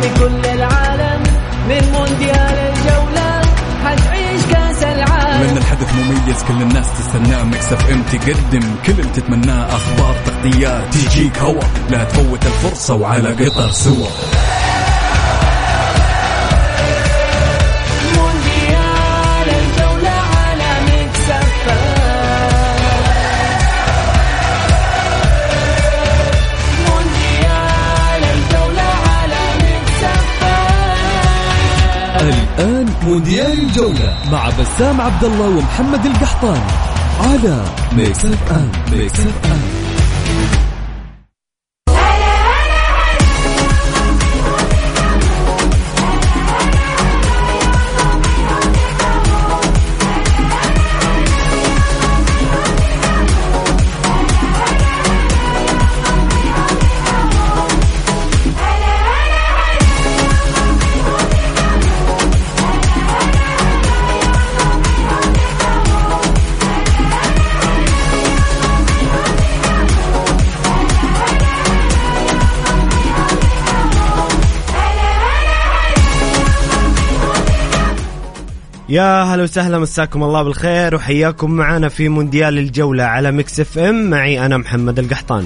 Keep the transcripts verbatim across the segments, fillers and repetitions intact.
في كل العالم من مونديال الجولة حتعيش كاس العالم. لأن الحدث مميز كل الناس تستناه. ميكس اف ام تقدم كل اللي تتمناه، أخبار تغطيات تجيك هوا، لا تفوت الفرصة وعلى قطر سوا. مونديال الجولة على ميكس اف ام. مونديال الجولة على ميكس اف ام. الآن مونديال الجولة مع بسام عبد الله ومحمد القحطاني على ميكس اف ام. ميكس اف ام. يا هلا وسهلا، مساكم الله بالخير وحياكم معنا في مونديال الجولة على ميكس اف ام. معي أنا محمد القحطاني.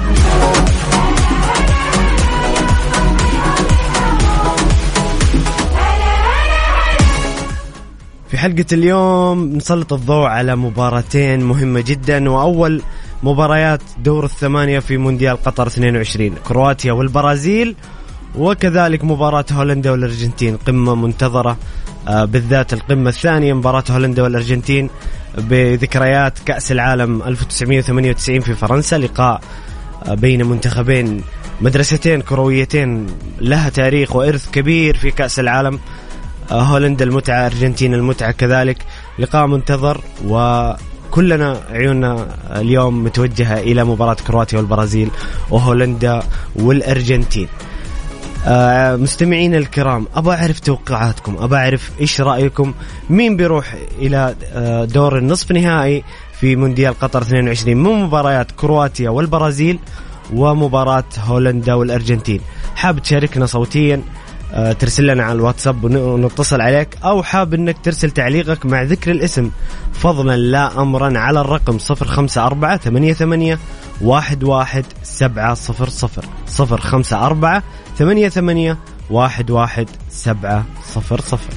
في حلقة اليوم نسلط الضوء على مباراتين مهمة جدا، وأول مباريات دور الثمانية في مونديال قطر اثنين وعشرين، كرواتيا والبرازيل، وكذلك مباراة هولندا والأرجنتين، قمة منتظرة آه بالذات القمة الثانية مباراة هولندا والأرجنتين بذكريات كأس العالم ألف وتسعمائة وثمانية وتسعين في فرنسا، لقاء آه بين منتخبين مدرستين كرويتين لها تاريخ وإرث كبير في كأس العالم. آه هولندا المتعة، أرجنتين المتعة كذلك، لقاء منتظر، وكلنا عيوننا اليوم متوجهة إلى مباراة كرواتيا والبرازيل وهولندا والأرجنتين. آه مستمعين الكرام، أبا أعرف توقعاتكم، أبا أعرف إيش رأيكم، مين بيروح إلى آه دور النصف نهائي في مونديال قطر اثنين وعشرين من مباريات كرواتيا والبرازيل ومباراة هولندا والأرجنتين؟ حاب تشاركنا صوتيا آه ترسل لنا على الواتساب ونتصل عليك، أو حاب أنك ترسل تعليقك مع ذكر الاسم فضلا لا أمرا على الرقم صفر خمسة أربعة ثمانية ثمانية واحد واحد سبعة صفر صفر صفر خمسة أربعة ثمانية ثمانية واحد واحد سبعة صفر صفر.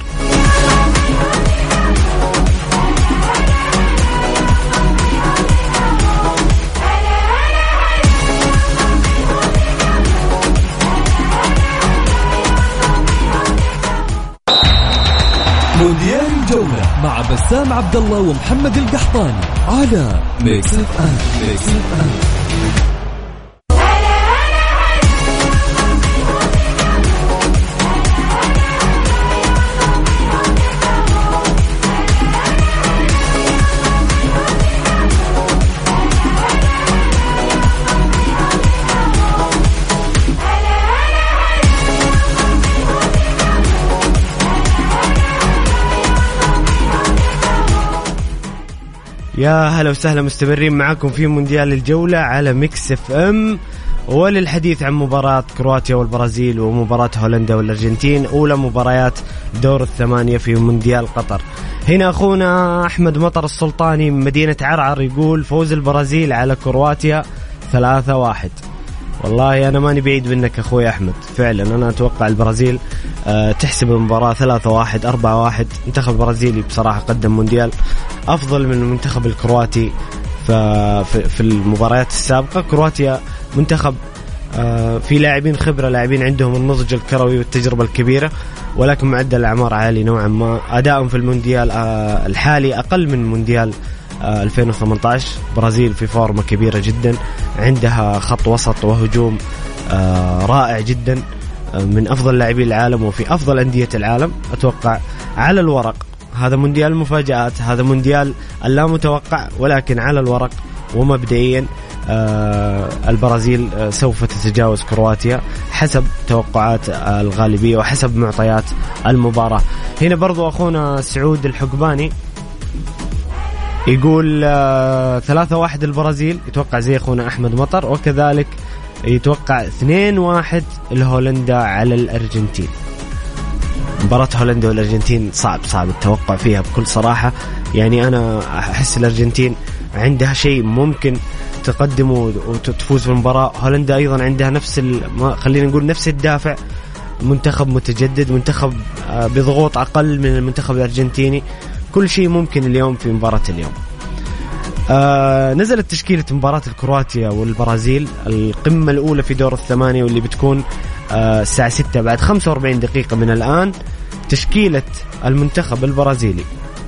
مونديال الجولة مع بسام عبد الله ومحمد القحطاني على ميكس اف ام. ميكس اف ام. يا هلا وسهلا، مستمرين معاكم في مونديال الجولة على ميكس اف ام، وللحديث عن مباراة كرواتيا والبرازيل ومباراة هولندا والأرجنتين، أولى مباريات دور الثمانية في مونديال قطر. هنا أخونا أحمد مطر السلطاني من مدينة عرعر يقول فوز البرازيل على كرواتيا ثلاثة واحد. والله أنا ماني بعيد منك أخوي أحمد، فعلا أنا أتوقع البرازيل أه تحسب المباراة ثلاثة واحد أربعة واحد. منتخب البرازيلي بصراحة قدم مونديال أفضل من المنتخب الكرواتي في المباريات السابقة. كرواتيا منتخب أه في لاعبين خبرة، لاعبين عندهم النضج الكروي والتجربة الكبيرة، ولكن معدل الأعمار عالي نوعا ما. أدائهم في المونديال أه الحالي أقل من مونديال ألفين وثمانية عشر. برازيل في فورمة كبيرة جدا، عندها خط وسط وهجوم رائع جدا، من أفضل لاعبي العالم وفي أفضل أندية العالم. أتوقع على الورق هذا مونديال المفاجآت، هذا مونديال اللا متوقع، ولكن على الورق ومبدئيا البرازيل سوف تتجاوز كرواتيا حسب توقعات الغالبية وحسب معطيات المباراة. هنا برضو أخونا سعود الحقباني يقول ثلاثة واحد البرازيل، يتوقع زي أخونا أحمد مطر، وكذلك يتوقع اثنين واحد لهولندا على الأرجنتين. مباراة هولندا والأرجنتين صعب صعب التوقع فيها بكل صراحة. يعني أنا أحس الأرجنتين عندها شيء ممكن تقدمه وتفوز في المباراة. هولندا أيضا عندها نفس خلينا نقول نفس الدافع، منتخب متجدد، منتخب بضغوط أقل من المنتخب الأرجنتيني. كل شيء ممكن اليوم في مباراة اليوم. آه نزلت تشكيلة مباراة الكرواتيا والبرازيل، القمة الأولى في دور الثمانية واللي بتكون آه الساعة ستة بعد خمسة وأربعين دقيقة من الآن. تشكيلة المنتخب البرازيلي: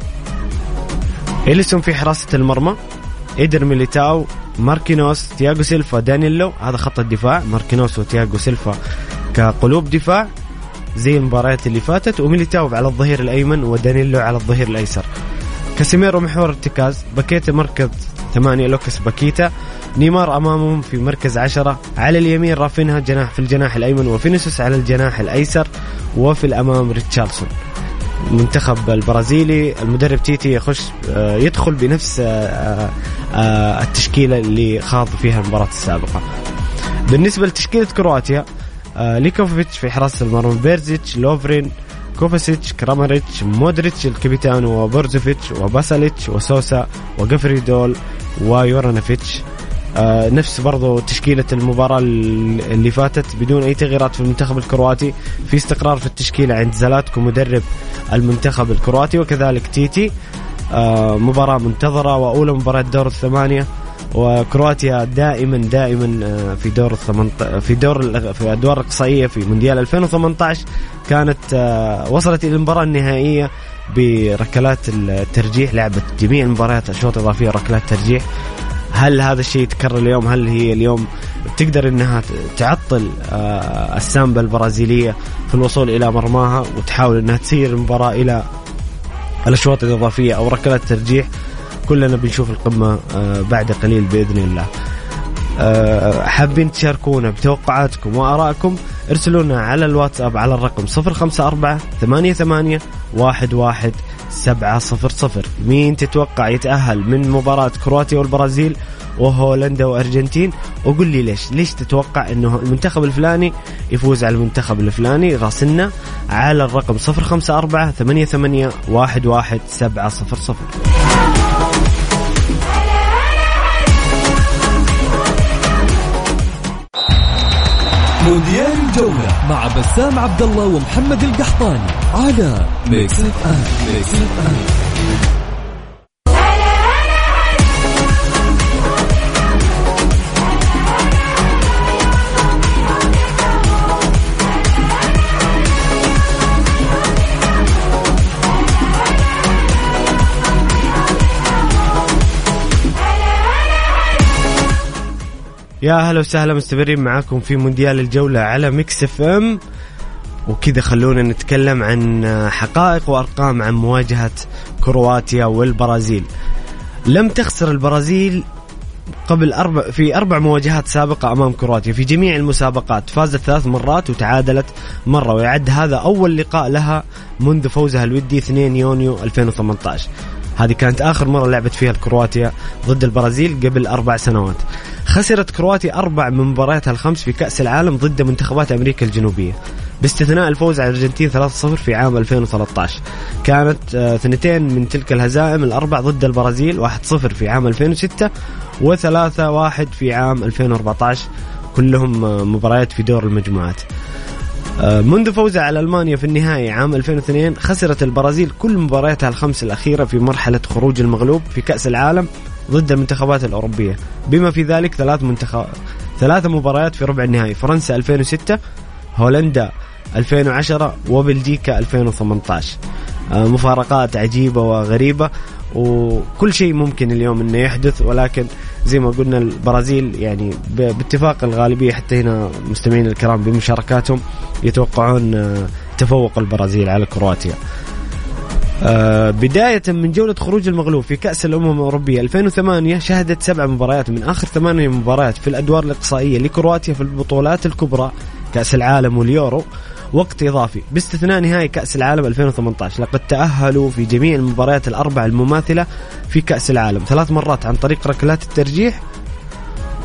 إليسون في حراسة المرمى، إيدر ميليتاو، ماركينوس، تياغو سيلفا، دانيلو. هذا خط الدفاع، ماركينوس وتياغو سيلفا كقلوب دفاع زي المباريات اللي فاتت، وميليتاو على الظهير الأيمن ودانيلو على الظهير الأيسر. كاسيميرو محور ارتكاز، باكيتا مركز ثمانية، لوكس باكيتا، نيمار أمامهم في مركز عشرة، على اليمين رافينها جناح في الجناح الأيمن، وفينيسيوس على الجناح الأيسر، وفي الأمام ريتشارلسون. المنتخب البرازيلي المدرب تيتي يخش يدخل بنفس التشكيلة اللي خاض فيها المباراة السابقة. بالنسبة لتشكيلة كرواتيا: ليكوفيتش في حراسة المرمى، بيرزيتش، لوفرين، كوفاسيتش، كراماريتش، مودريتش الكابيتان، وبورزوفيتش، وباساليتش، وسوسا، وغفريدول، ويورانوفيتش. آه نفس برضو تشكيلة المباراة اللي فاتت بدون أي تغييرات في المنتخب الكرواتي. في استقرار في التشكيلة عند زلاتكو مدرب المنتخب الكرواتي وكذلك تيتي. آه مباراة منتظرة وأولى مباراة دور الثمانية، وكرواتيا دائما دائما في دور في دور في الأدوار الإقصائية في مونديال ألفين وثمانية عشر كانت وصلت إلى المباراة النهائية بركلات الترجيح. لعبت جميع المباريات أشواط إضافية ركلات ترجيح. هل هذا الشيء يتكرر اليوم؟ هل هي اليوم تقدر إنها تعطل السامبا البرازيلية في الوصول إلى مرماها وتحاول إنها تسير المباراة إلى الأشواط الإضافية أو ركلات ترجيح؟ كلنا بنشوف القمة بعد قليل بإذن الله. حابين تشاركونا بتوقعاتكم وآرائكم؟ ارسلونا على الواتساب على الرقم صفر خمسة أربعة ثمانية ثمانية واحد واحد سبعة صفر صفر. مين تتوقع يتأهل من مباراة كرواتيا والبرازيل وهولندا وأرجنتين؟ وقل لي ليش ليش تتوقع أنه المنتخب الفلاني يفوز على المنتخب الفلاني؟ راسلنا على الرقم صفر خمسة أربعة ثمانية ثمانية واحد واحد سبعة صفر صفر. مونديال الجولة مع بسام عبد الله ومحمد القحطاني على ميكس اف ام. ميكس اف ام. يا هلا وسهلا، مستمرين معاكم في مونديال الجولة على ميكس اف ام. وكذا خلونا نتكلم عن حقائق وأرقام عن مواجهة كرواتيا والبرازيل. لم تخسر البرازيل قبل أربع في أربع مواجهات سابقة أمام كرواتيا في جميع المسابقات، فازت ثلاث مرات وتعادلت مرة، ويعد هذا أول لقاء لها منذ فوزها الودي اثنين يونيو ألفين وثمانية عشر. هذه كانت آخر مرة لعبت فيها الكرواتيا ضد البرازيل قبل أربع سنوات. خسرت كرواتيا أربع من مبارياتها الخمس في كأس العالم ضد منتخبات أمريكا الجنوبية، باستثناء الفوز على الأرجنتين ثلاثة صفر في عام ألفين وثلاثة عشر. كانت اثنتين من تلك الهزائم الأربع ضد البرازيل، واحد صفر في عام ألفين وستة وثلاثة واحد في عام ألفين وأربعة عشر، كلهم مباريات في دور المجموعات. منذ فوزها على ألمانيا في النهائي عام ألفين واثنين، خسرت البرازيل كل مبارياتها الخمس الأخيرة في مرحلة خروج المغلوب في كأس العالم ضد المنتخبات الأوروبية، بما في ذلك ثلاث منتخب ثلاثة مباريات في ربع النهائي: فرنسا ألفين وستة، هولندا ألفين وعشرة، وبلجيكا ألفين وثمانية عشر. مفارقات عجيبة وغريبة، وكل شيء ممكن اليوم انه يحدث، ولكن زي ما قلنا البرازيل يعني باتفاق الغالبية حتى هنا مستمعين الكرام بمشاركاتهم يتوقعون تفوق البرازيل على كرواتيا. بداية من جولة خروج المغلوب في كأس الأمم الأوروبية ألفين وثمانية، شهدت سبع مباريات من آخر ثمانية مباريات في الأدوار الإقصائية لكرواتيا في البطولات الكبرى كأس العالم واليورو وقت إضافي، باستثناء نهائي كأس العالم ألفين وثمانية عشر. لقد تأهلوا في جميع المباريات الأربع المماثلة في كأس العالم ثلاث مرات عن طريق ركلات الترجيح،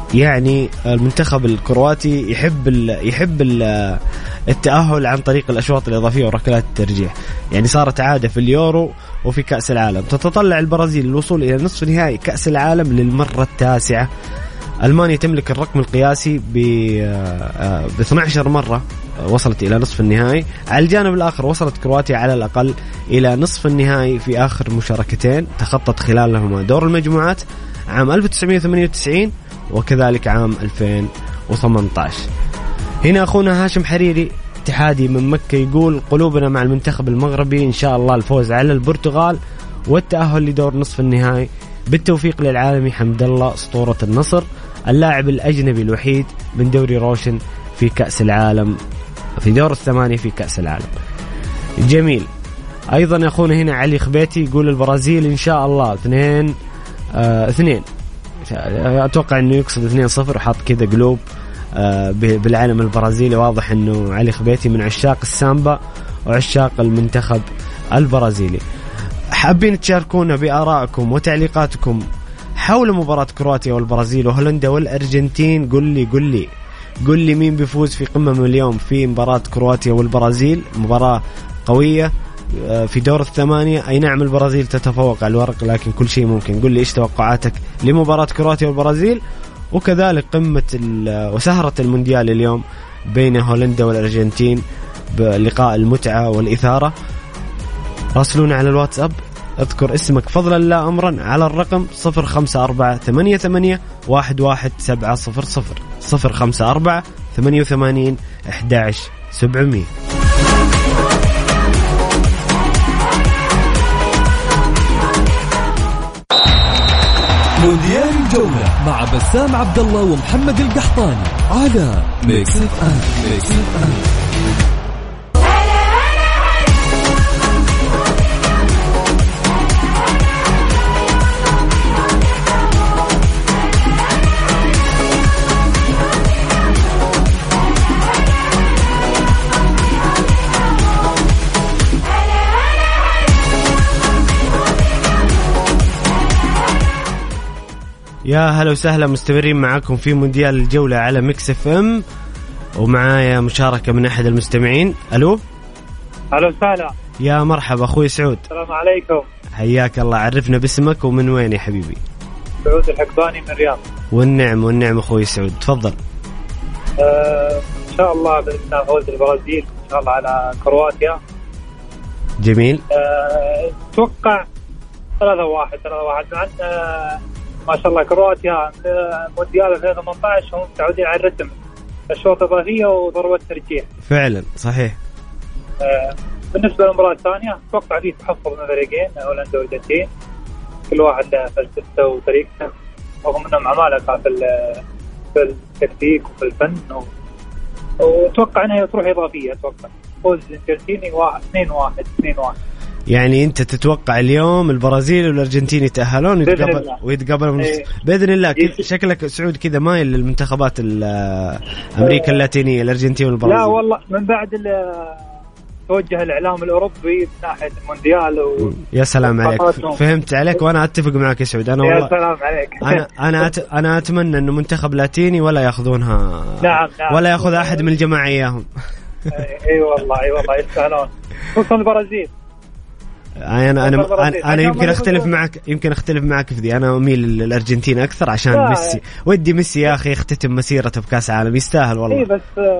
يعني المنتخب الكرواتي يحب ال يحب ال التأهل عن طريق الأشواط الإضافية وركلات الترجيح. يعني صارت عادة في اليورو وفي كأس العالم. تتطلع البرازيل للوصول إلى نصف نهائي كأس العالم للمرة التاسعة. ألمانيا تملك الرقم القياسي ب اثنتي عشرة مرة وصلت إلى نصف النهائي. على الجانب الآخر وصلت كرواتيا على الأقل إلى نصف النهائي في آخر مشاركتين تخطت خلالهما دور المجموعات عام ألف وتسعمائة وثمانية وتسعين وكذلك عام ألفين وثمانية عشر. هنا أخونا هاشم حريري اتحادي من مكة يقول قلوبنا مع المنتخب المغربي، إن شاء الله الفوز على البرتغال والتأهل لدور نصف النهائي. بالتوفيق للعالمي حمد الله أسطورة النصر، اللاعب الأجنبي الوحيد من دوري روشن في كأس العالم في دور الثمانية في كأس العالم. جميل. أيضا أخونا هنا علي خبيتي يقول البرازيل إن شاء الله اثنين آه اثنين أتوقع أنه يقصد اثنين صفر وحاط كذا قلوب آه بالعالم البرازيلي. واضح أنه علي خبيتي من عشاق السامبا وعشاق المنتخب البرازيلي. حابين تشاركونا بآرائكم وتعليقاتكم حول مباراة كرواتيا والبرازيل وهولندا والأرجنتين. قل لي قل لي قل لي مين بيفوز في قمة اليوم في مباراة كرواتيا والبرازيل. مباراة قوية في دور الثمانية. أي نعم البرازيل تتفوق على الورق لكن كل شيء ممكن. قل لي إيش توقعاتك لمباراة كرواتيا والبرازيل وكذلك قمة وسهرة المونديال اليوم بين هولندا والأرجنتين بلقاء المتعة والإثارة. راسلونا على الواتساب، اذكر اسمك فضلا لا أمرا على الرقم صفر خمسة أربعة ثمانية ثمانية واحد واحد سبعة صفر صفر صفر خمسة أربعة ثمانية ثمانية واحد واحد سبعمية. مونديال الجولة مع بسام عبد الله ومحمد القحطاني على ميكس اف ام. ميكس اف ام. يا هلا وسهلا، مستمرين معاكم في مونديال الجولة على ميكس اف ام ومعايا مشاركة من أحد المستمعين. ألو ألو وسهلا. يا مرحبا أخوي سعود. السلام عليكم. حياك الله، عرفنا باسمك ومن وين يا حبيبي؟ سعود الحقباني من الرياض. والنعم والنعم أخوي سعود، تفضل. أه إن شاء الله بإذن الله فوز البرازيل إن شاء الله على كرواتيا. جميل. أه توقع ثلاثة واحد ثلاثة واحد مع أن ما شاء الله كرواتيا مونديال ألفين وثمانية عشر هم متعودين على الرتم، الشوط الإضافية وضربة ترجيح. فعلا صحيح. أه بالنسبة للمباراة الثانية أتوقع فيه تحفظ من الفريقين هولندا والأرجنتين، كل واحد له فلسفته وطريقته، رغم أنهم عمالقة في في التكتيك وفي الفن و... وأتوقع أنها تروح إضافية. أتوقع فوز الأرجنتيني واحد اثنين واحد اثنين واحد. يعني أنت تتوقع اليوم البرازيل والأرجنتين يتأهلون ويتقابل ويتقابلون ايه. بإذن الله. كده شكلك سعود كذا مايل للمنتخبات أمريكا اللاتينية الأرجنتين والبرازيل. لا والله من بعد توجه الإعلام الأوروبي من ناحية المونديال و... يا سلام عليك، فهمت عليك وأنا أتفق معك يا سعود. أنا يا والله سلام عليك. أنا أنا أت... أنا أتمنى إنه منتخب لاتيني ولا يأخذونها. نعم نعم. ولا يأخذ أحد من الجماعة إياهم. أي والله أي والله يستاهلون، خصوصا البرازيل. أنا أنا أنا, أنا يمكن أختلف معك يمكن أختلف معك في دي. أنا أميل للأرجنتين أكثر عشان ميسي. ودي ميسي يا أخي يختتم مسيرته بكأس عالم، يستاهل والله. إيه بس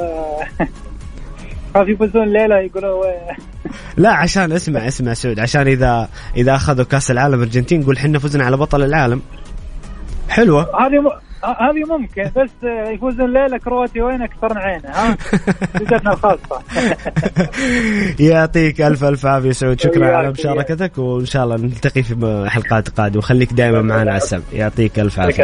خاف يفوزون ليلة يقولوا. لا عشان اسمع اسمع سعود، عشان إذا إذا أخذوا كأس العالم الأرجنتين قول حنا فزنا على بطل العالم. حلوة هذه م... هذه ممكن، بس يفوزون ليلة كرواتيا وين أكثر عينه ها وجدنا الخاصة. يعطيك ألف ألف عافية سعود، شكرا على مشاركتك وإن شاء الله نلتقي في حلقات قادمة وخليك دائما معنا على السمع. يعطيك ألف عافية.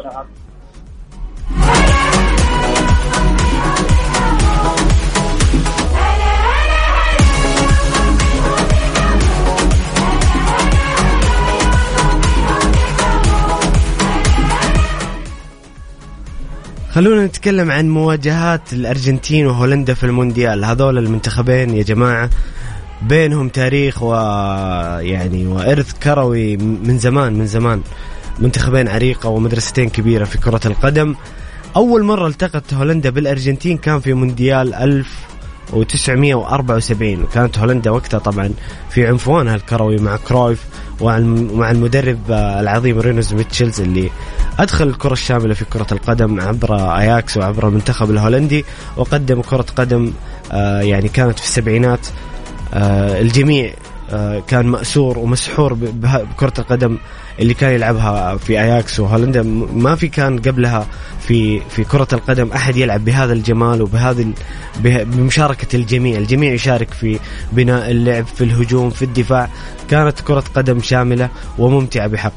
خلونا نتكلم عن مواجهات الأرجنتين وهولندا في المونديال. هذول المنتخبين يا جماعة بينهم تاريخ ويعني وإرث كروي من زمان من زمان. منتخبين عريقة ومدرستين كبيرة في كرة القدم. أول مرة التقت هولندا بالأرجنتين كان في مونديال ألف وتسعمائة وأربعة وسبعين، وكانت هولندا وقتها طبعا في عنفوانها الكروي مع كرويف ومع المدرب العظيم رينوز ميتشلز اللي أدخل الكرة الشاملة في كرة القدم عبر أياكس وعبر المنتخب الهولندي، وقدم كرة قدم يعني كانت في السبعينات الجميع كان مأسور ومسحور بكرة القدم اللي كان يلعبها في أياكس وهولندا. ما في كان قبلها في في كرة القدم أحد يلعب بهذا الجمال وبهذه بمشاركة الجميع، الجميع يشارك في بناء اللعب، في الهجوم، في الدفاع. كانت كرة قدم شاملة وممتعة بحق.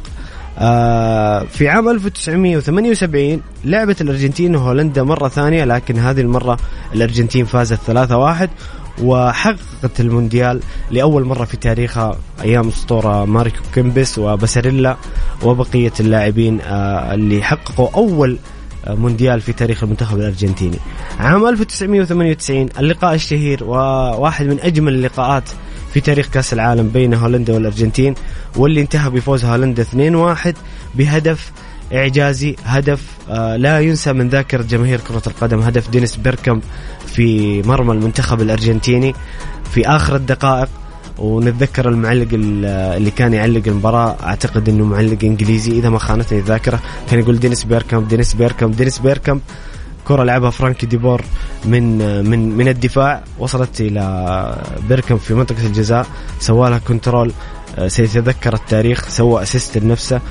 في عام ألف وتسعمائة وثمانية وسبعين لعبت الأرجنتين وهولندا مرة ثانية، لكن هذه المرة الأرجنتين فازت ثلاثة واحد وحققت المونديال لأول مرة في تاريخها أيام أسطورة ماريكو كيمبس وباساريلا وبقية اللاعبين اللي حققوا أول مونديال في تاريخ المنتخب الأرجنتيني. عام ألف وتسعمائة وثمانية وتسعين اللقاء الشهير وواحد من أجمل اللقاءات في تاريخ كأس العالم بين هولندا والأرجنتين، واللي انتهى بفوز هولندا اثنين واحد بهدف إعجازي، هدف لا ينسى من ذاكرة جماهير كرة القدم، هدف دينيس بيركامب في مرمى المنتخب الأرجنتيني في آخر الدقائق. ونتذكر المعلق اللي كان يعلق المباراة، أعتقد أنه معلق إنجليزي إذا ما خانتني الذاكرة، كان يقول دينيس بيركامب دينيس بيركامب دينيس بيركامب. كرة لعبها فرانكي ديبور من من من الدفاع، وصلت إلى بيركامب في منطقة الجزاء، سوالها كنترول، سيتذكر التاريخ، سوى أسيست لنفسه،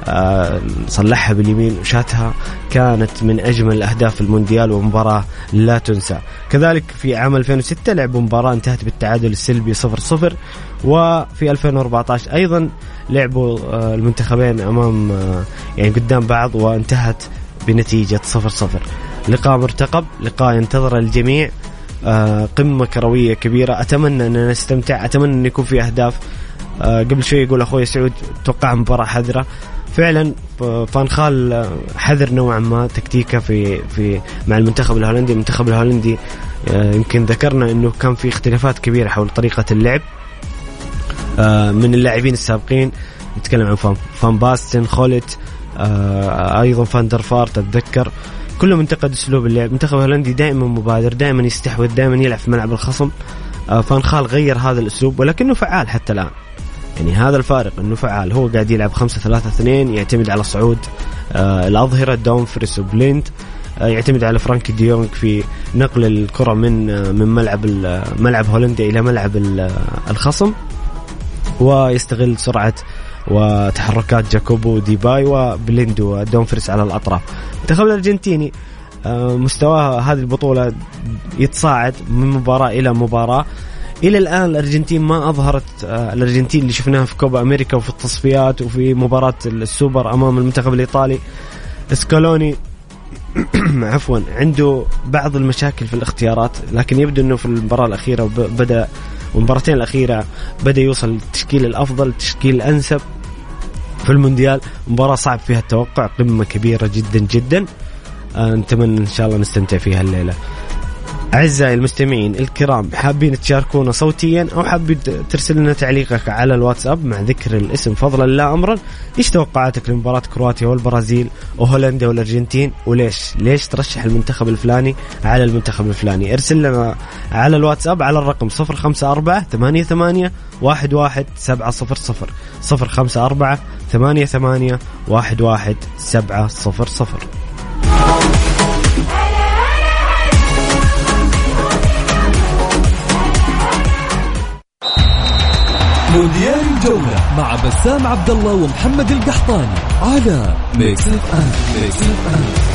صلحها باليمين وشاتها. كانت من أجمل أهداف المونديال ومباراة لا تنسى. كذلك في عام ألفين وستة لعبوا مباراة انتهت بالتعادل السلبي صفر صفر، وفي ألفين وأربعة عشر أيضا لعبوا المنتخبين أمام يعني قدام بعض وانتهت بنتيجة صفر صفر. لقاء مرتقب، لقاء ينتظر الجميع، قمة كروية كبيرة. أتمنى أن نستمتع، أتمنى أن يكون في أهداف. قبل شوي يقول أخوي سعود توقع مباراة حذرة، فعلا فان خال حذر نوعا ما تكتيكه في في مع المنتخب الهولندي. المنتخب الهولندي يمكن ذكرنا انه كان في اختلافات كبيرة حول طريقة اللعب من اللاعبين السابقين، نتكلم عن فان باستن، خولت، ايضا فاندرفارت، اتذكر كلهم انتقد اسلوب اللعب. المنتخب الهولندي دائما مبادر، دائما يستحوذ، دائما يلعب في ملعب الخصم. فان خال غير هذا الاسلوب ولكنه فعال حتى الان، يعني هذا الفارق انه فعال. هو قاعد يلعب خمسة ثلاثة اثنين، يعتمد على صعود آه الاظهرة داونفريس وبليند، آه يعتمد على فرانكي ديونغ في نقل الكرة من آه من ملعب ملعب هولندا الى ملعب الخصم، ويستغل سرعة وتحركات جاكوبو ديباي وبليند وداونفريس على الاطراف. المنتخب الارجنتيني آه مستواه هذه البطولة يتصاعد من مباراة الى مباراة. إلى الآن الأرجنتين ما أظهرت الأرجنتين اللي شفناها في كوبا أمريكا وفي التصفيات وفي مباراة السوبر أمام المنتخب الإيطالي. سكالوني عفوا عنده بعض المشاكل في الاختيارات، لكن يبدو أنه في المباراة الأخيرة بدأ والمباراتين الأخيرة بدأ يوصل للتشكيل الأفضل، التشكيل الأنسب في المونديال. مباراة صعب فيها التوقع، قمة كبيرة جدا جدا، نتمنى إن شاء الله نستمتع فيها الليلة. أعزائي المستمعين الكرام، حابين تشاركونا صوتيا أو حابين ترسل لنا تعليقك على الواتساب مع ذكر الاسم فضلا لا أمرا. إيش توقعاتك لمباراة كرواتيا والبرازيل وهولندا والأرجنتين، وليش ليش ترشح المنتخب الفلاني على المنتخب الفلاني؟ ارسل لنا على الواتساب على الرقم صفر خمسة أربعة ثمانية ثمانية واحد واحد سبعة صفر صفر صفر خمسة أربعة ثمانية ثمانية واحد واحد سبعة صفر صفر. مونديال الجولة مع بسام عبد الله ومحمد القحطاني على ميكس اف ام. ميكس اف ام.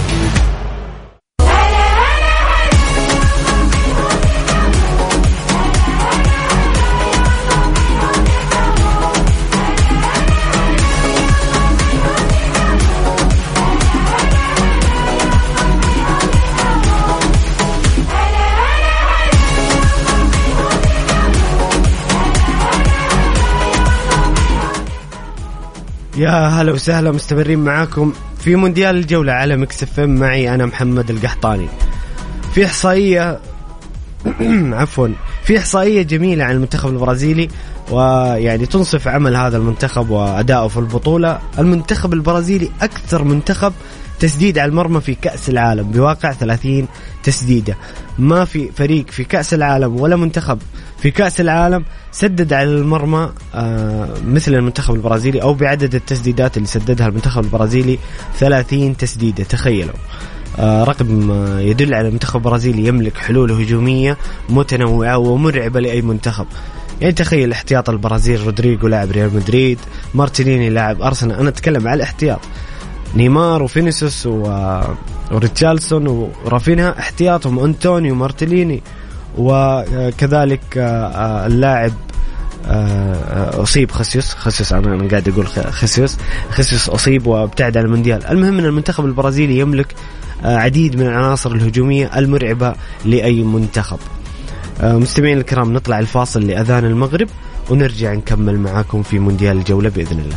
يا هلا وسهلا، مستمرين معاكم في مونديال الجولة على ميكس اف ام، معي أنا محمد القحطاني. في إحصائية عفوا في إحصائية جميلة عن المنتخب البرازيلي ويعني تنصف عمل هذا المنتخب وأداؤه في البطولة. المنتخب البرازيلي أكثر منتخب تسديد على المرمى في كأس العالم بواقع ثلاثين تسديدة. ما في فريق في كأس العالم ولا منتخب في كأس العالم سدد على المرمى آه مثل المنتخب البرازيلي، أو بعدد التسديدات اللي سددها المنتخب البرازيلي ثلاثين تسديدة. تخيلوا آه رقم آه يدل على المنتخب البرازيلي يملك حلول هجومية متنوعة ومرعبة لأي منتخب. يعني تخيل احتياط البرازيل: رودريغو لاعب ريال مدريد، مارتينيني لاعب أرسنال. أنا أتكلم على الاحتياط، نيمار وفينيسيوس وريتشارلسون ورافينها احتياطهم، أنتونيو مارتينيني، وكذلك اللاعب أصيب خسيوس خسيوس أنا قاعد أقول خسيوس خسيوس أصيب وابتعد عن المونديال. المهم أن المنتخب البرازيلي يملك عديد من العناصر الهجومية المرعبة لأي منتخب. مستمعين الكرام، نطلع الفاصل لأذان المغرب ونرجع نكمل معاكم في مونديال الجولة بإذن الله.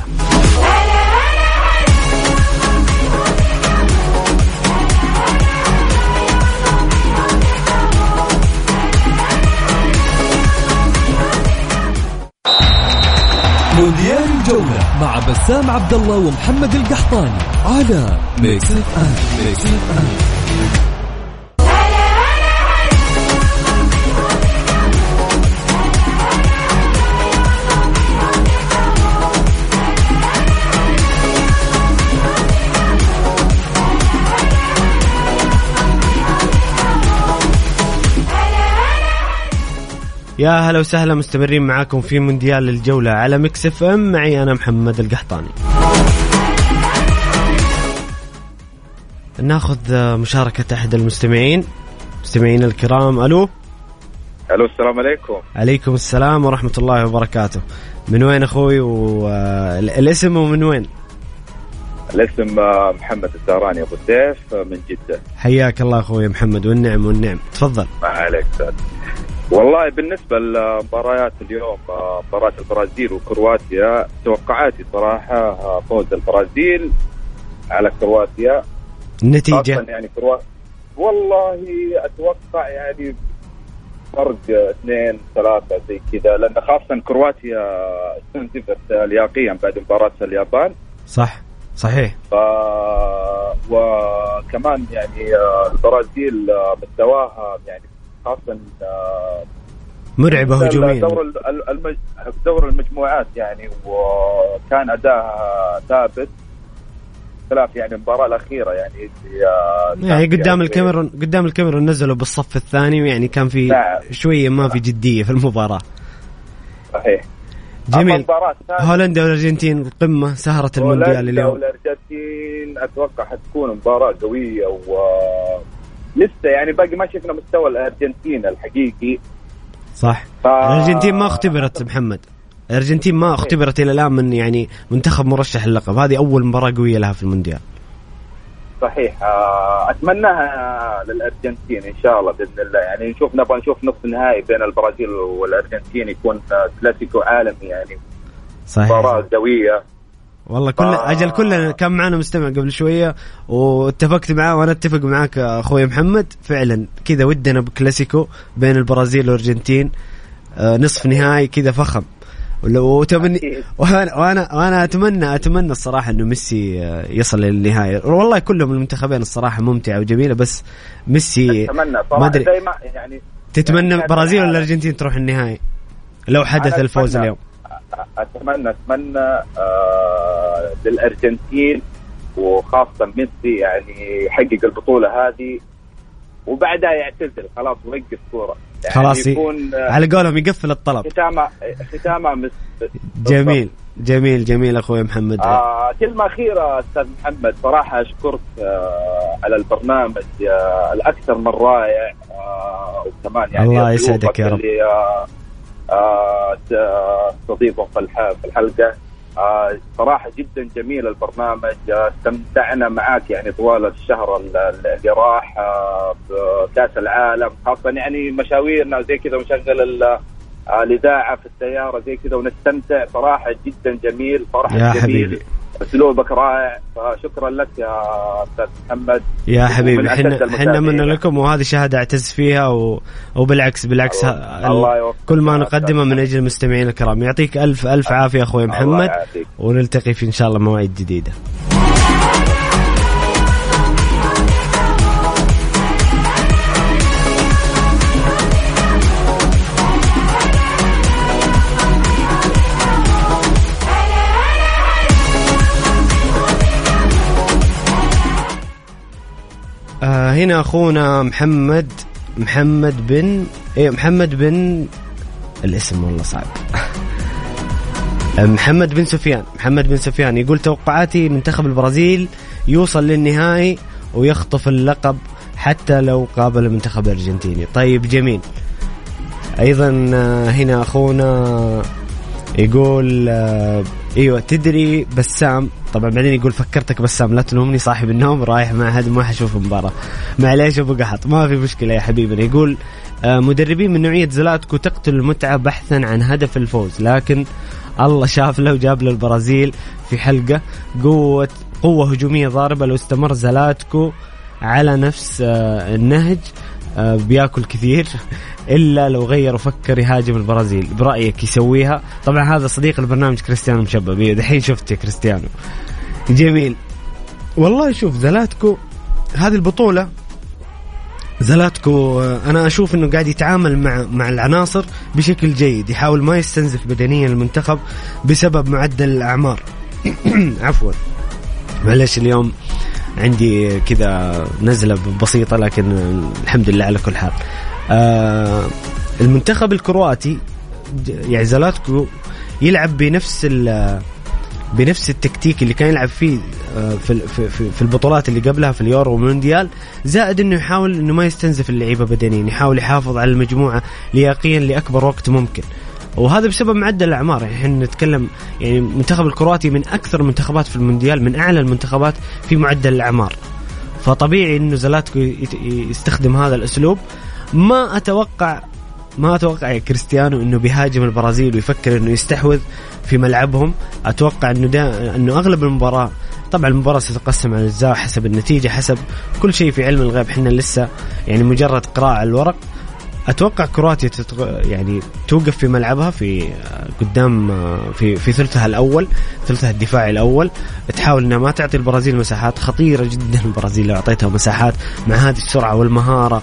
مونديال الجولة مع بسام عبد الله ومحمد القحطاني على ميكس اف ام. ميكس اف ام. يا هلا وسهلا، مستمرين معاكم في مونديال الجولة على ميكس اف ام. معي أنا محمد القحطاني. ناخذ مشاركة أحد المستمعين. مستمعين الكرام، ألو. ألو، السلام عليكم. عليكم السلام ورحمة الله وبركاته. من وين أخوي؟ والاسم ومن وين؟ الاسم محمد الزهراني أبو سيف من جدة. حياك الله أخوي محمد، والنعم والنعم. تفضل. ما عليك سعد. والله بالنسبة لمباريات اليوم، مباراة البرازيل وكرواتيا، توقعاتي صراحة فوز البرازيل على كرواتيا. النتيجة يعني كرواتيا والله أتوقع يعني فرق اثنين ثلاثة زي كذا، لأن خاصة كرواتيا استنزفت لياقيا بعد مباراة اليابان. صح صحيح. ف... وكمان يعني البرازيل مستواها يعني خاصة مرعبة هجوميا دور المج... دور المجموعات يعني، وكان أداءها ثابت خلاف يعني المباراة الأخيرة يعني يعني قدام يعني الكاميرون قدام الكاميرون نزلوا بالصف الثاني، ويعني كان في نعم. شوية ما في جدية في المباراة. صحيح. جميل. هولندا والأرجنتين القمة سهرة المونديال اليوم. هولندا والأرجنتين أتوقع حتكون مباراة قوية، و لسه يعني باقي ما شفنا مستوى الأرجنتين الحقيقي. صح. ف... الأرجنتين ما اختبرت محمد، الأرجنتين ما اختبرت إلى الآن من يعني منتخب مرشح اللقب. هذه أول مباراة قوية لها في المونديال. صحيح. أتمناها للأرجنتين إن شاء الله بإذن الله. يعني نشوف نبغى نشوف نصف نهائي بين البرازيل والأرجنتين، يكون كلاسيكو عالمي يعني. صحيح. مباراة قوية والله. كل ف... أجل كلنا كان معنا مستمع قبل شوية واتفقت معاه، وأنا اتفق معاك أخوي محمد، فعلا كذا ودنا بكلاسيكو بين البرازيل والأرجنتين، نصف نهائي كذا فخم. وتمني وانا وانا وانا اتمنى اتمنى الصراحه انه ميسي يصل للنهايه. والله كلهم المنتخبين الصراحه ممتعه وجميله، بس ميسي ما ادري يعني. تتمنى البرازيل ولا الارجنتين تروح النهائي لو حدث الفوز اليوم؟ اتمنى اتمنى آه للارجنتين، وخاصه ميسي يعني يحقق البطوله هذه وبعدها يعتزل خلاص ويوقف كوره يعني. خلاص يكون على قولهم يقفل الطلب. ختامه ختامه مس... جميل جميل جميل اخوي محمد. آه كلمه اخيره استاذ محمد، صراحه اشكرك آه على البرنامج آه الاكثر من رائع، آه وكمان يعني الله يسعدك يا رب. آه آه تستضيفهم في الحلقه. آه صراحه جدا جميل البرنامج، آه استمتعنا معاك يعني طوال الشهر اللي راح آه بكاس العالم، خاصه يعني مشاويرنا زي كذا ونشغل الإذاعة في السيارة زي كذا ونستمتع. صراحة جدا جميل، صراحة يا جميل. حبيبي أسلوبك رائع، فشكرا لك يا أستاذ محمد يا حبيبي. حنا حنا من لكم، وهذه شهادة أعتز فيها و... وبالعكس بالعكس الله. الله كل ما نقدمه من أجل المستمعين الكرام. يعطيك ألف ألف عافية أخوي محمد، ونلتقي في إن شاء الله مواعيد جديدة. آه هنا أخونا محمد محمد بن إيه محمد بن الاسم والله صعب محمد بن سفيان محمد بن سفيان يقول توقعاتي منتخب البرازيل يوصل للنهائي ويخطف اللقب حتى لو قابل المنتخب الأرجنتيني. طيب جميل. أيضا هنا أخونا يقول ايوه تدري بسام، طبعا بعدين يقول فكرتك بسام لا تلومني صاحب النوم رايح مع هذا ما حشوف المباراة، معليش ابو قحط ما في مشكلة يا حبيبنا. يقول مدربين من نوعية زلاتكو تقتل المتعة بحثا عن هدف الفوز، لكن الله شاف له وجاب للبرازيل في حلقة قوة قوة هجومية ضاربة. لو استمر زلاتكو على نفس النهج بياكل كثير، إلا لو غير وفكر يهاجم البرازيل. برأيك يسويها؟ طبعا هذا صديق البرنامج كريستيانو مشبب، دحين شفت يا كريستيانو. جميل والله. شوف زلاتكو هذه البطولة، زلاتكو أنا أشوف أنه قاعد يتعامل مع مع العناصر بشكل جيد، يحاول ما يستنزف بدنيا المنتخب بسبب معدل الأعمار عفوا معلش اليوم عندي كذا نزلة بسيطة، لكن الحمد لله على كل حال. آه المنتخب الكرواتي يعني زلاتكو يلعب بنفس بنفس التكتيك اللي كان يلعب فيه في في في البطولات اللي قبلها في اليورو والمونديال، زائد انه يحاول انه ما يستنزف اللعيبه بدنيا، يحاول يحافظ على المجموعه لياقيا لاكبر وقت ممكن، وهذا بسبب معدل الأعمار. يعني احنا نتكلم يعني المنتخب الكرواتي من أكثر المنتخبات في المونديال، من أعلى المنتخبات في معدل الأعمار، فطبيعي إنه زلاتكو يستخدم هذا الأسلوب. ما أتوقع ما أتوقع يا كريستيانو إنه بيهاجم البرازيل ويفكر إنه يستحوذ في ملعبهم. أتوقع إنه ده إنه أغلب المباراة، طبعا المباراة ستتقسم على أجزاء حسب النتيجة، حسب كل شيء في علم الغيب، إحنا لسه يعني مجرد قراءة على الورق. أتوقع كرواتيا تتغ... يعني توقف في ملعبها في قدام في في ثلثها الأول، ثلثها الدفاعي الأول، تحاول إنها ما تعطي البرازيل مساحات خطيرة جدا. البرازيل لو أعطيتها مساحات مع هذه السرعة والمهارة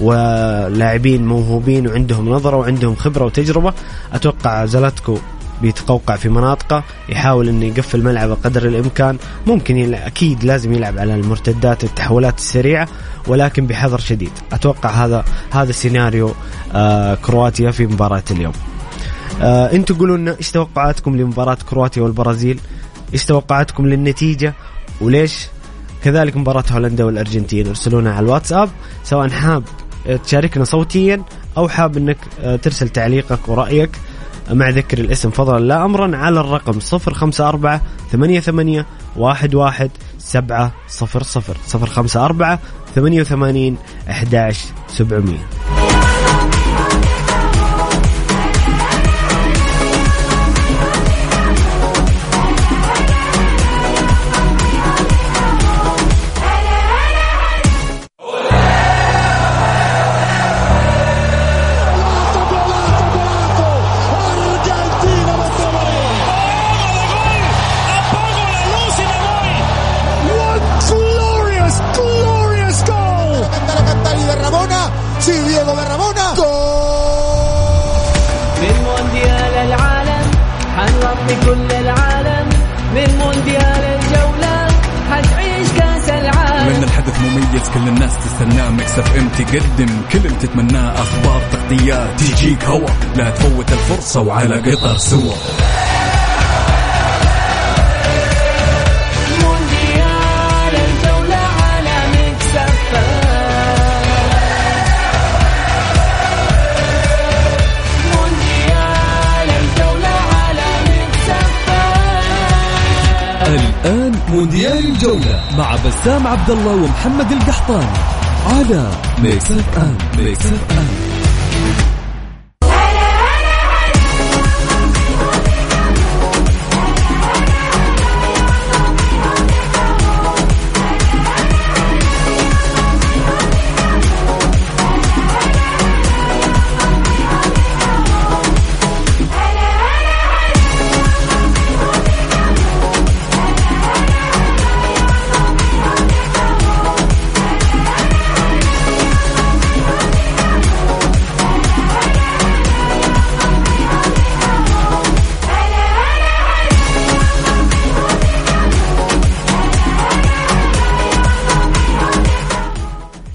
ولاعبين موهوبين وعندهم نظرة وعندهم خبرة وتجربة، أتوقع زلاتكو بيتقوقع في مناطقه، يحاول انه يقفل ملعبه قدر الامكان. ممكن يلعب، اكيد لازم يلعب على المرتدات التحولات السريعه، ولكن بحذر شديد. اتوقع هذا هذا سيناريو آه كرواتيا في مباراه اليوم. آه انتوا قولوا لنا ايش توقعاتكم لمباراه كرواتيا والبرازيل، ايش توقعاتكم للنتيجه وليش، كذلك مباراه هولندا والارجنتين. ارسلونا على الواتساب، سواء حاب تشاركنا صوتيا او حاب انك ترسل تعليقك ورأيك مع ذكر الاسم فضلا لا أمرا على الرقم صفر خمسة أربعة ثمانية ثمانية واحد واحد سبعة صفر صفر صفر خمسة أربعة ثمانية ثمانين أحد عشر سبعمية. كل العالم من مونديال الجولة حتعيش كاس العالم. من الحدث مميز كل الناس تستناه، ميكس اف ام تقدم كل اللي تتمناه، اخبار تغطيات تجيك هوا، لا تفوت الفرصة وعلى قطر سوا. مونديال الجولة على ميكس اف ام. الآن مونديال الجولة مع بسام عبد الله ومحمد القحطاني على ميكس اف ام. ميكس اف ام.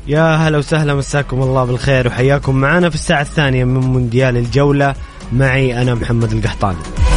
يا هلا وسهلا، مساكم الله بالخير وحياكم معنا في الساعة الثانية من مونديال الجولة. معي أنا محمد القحطاني.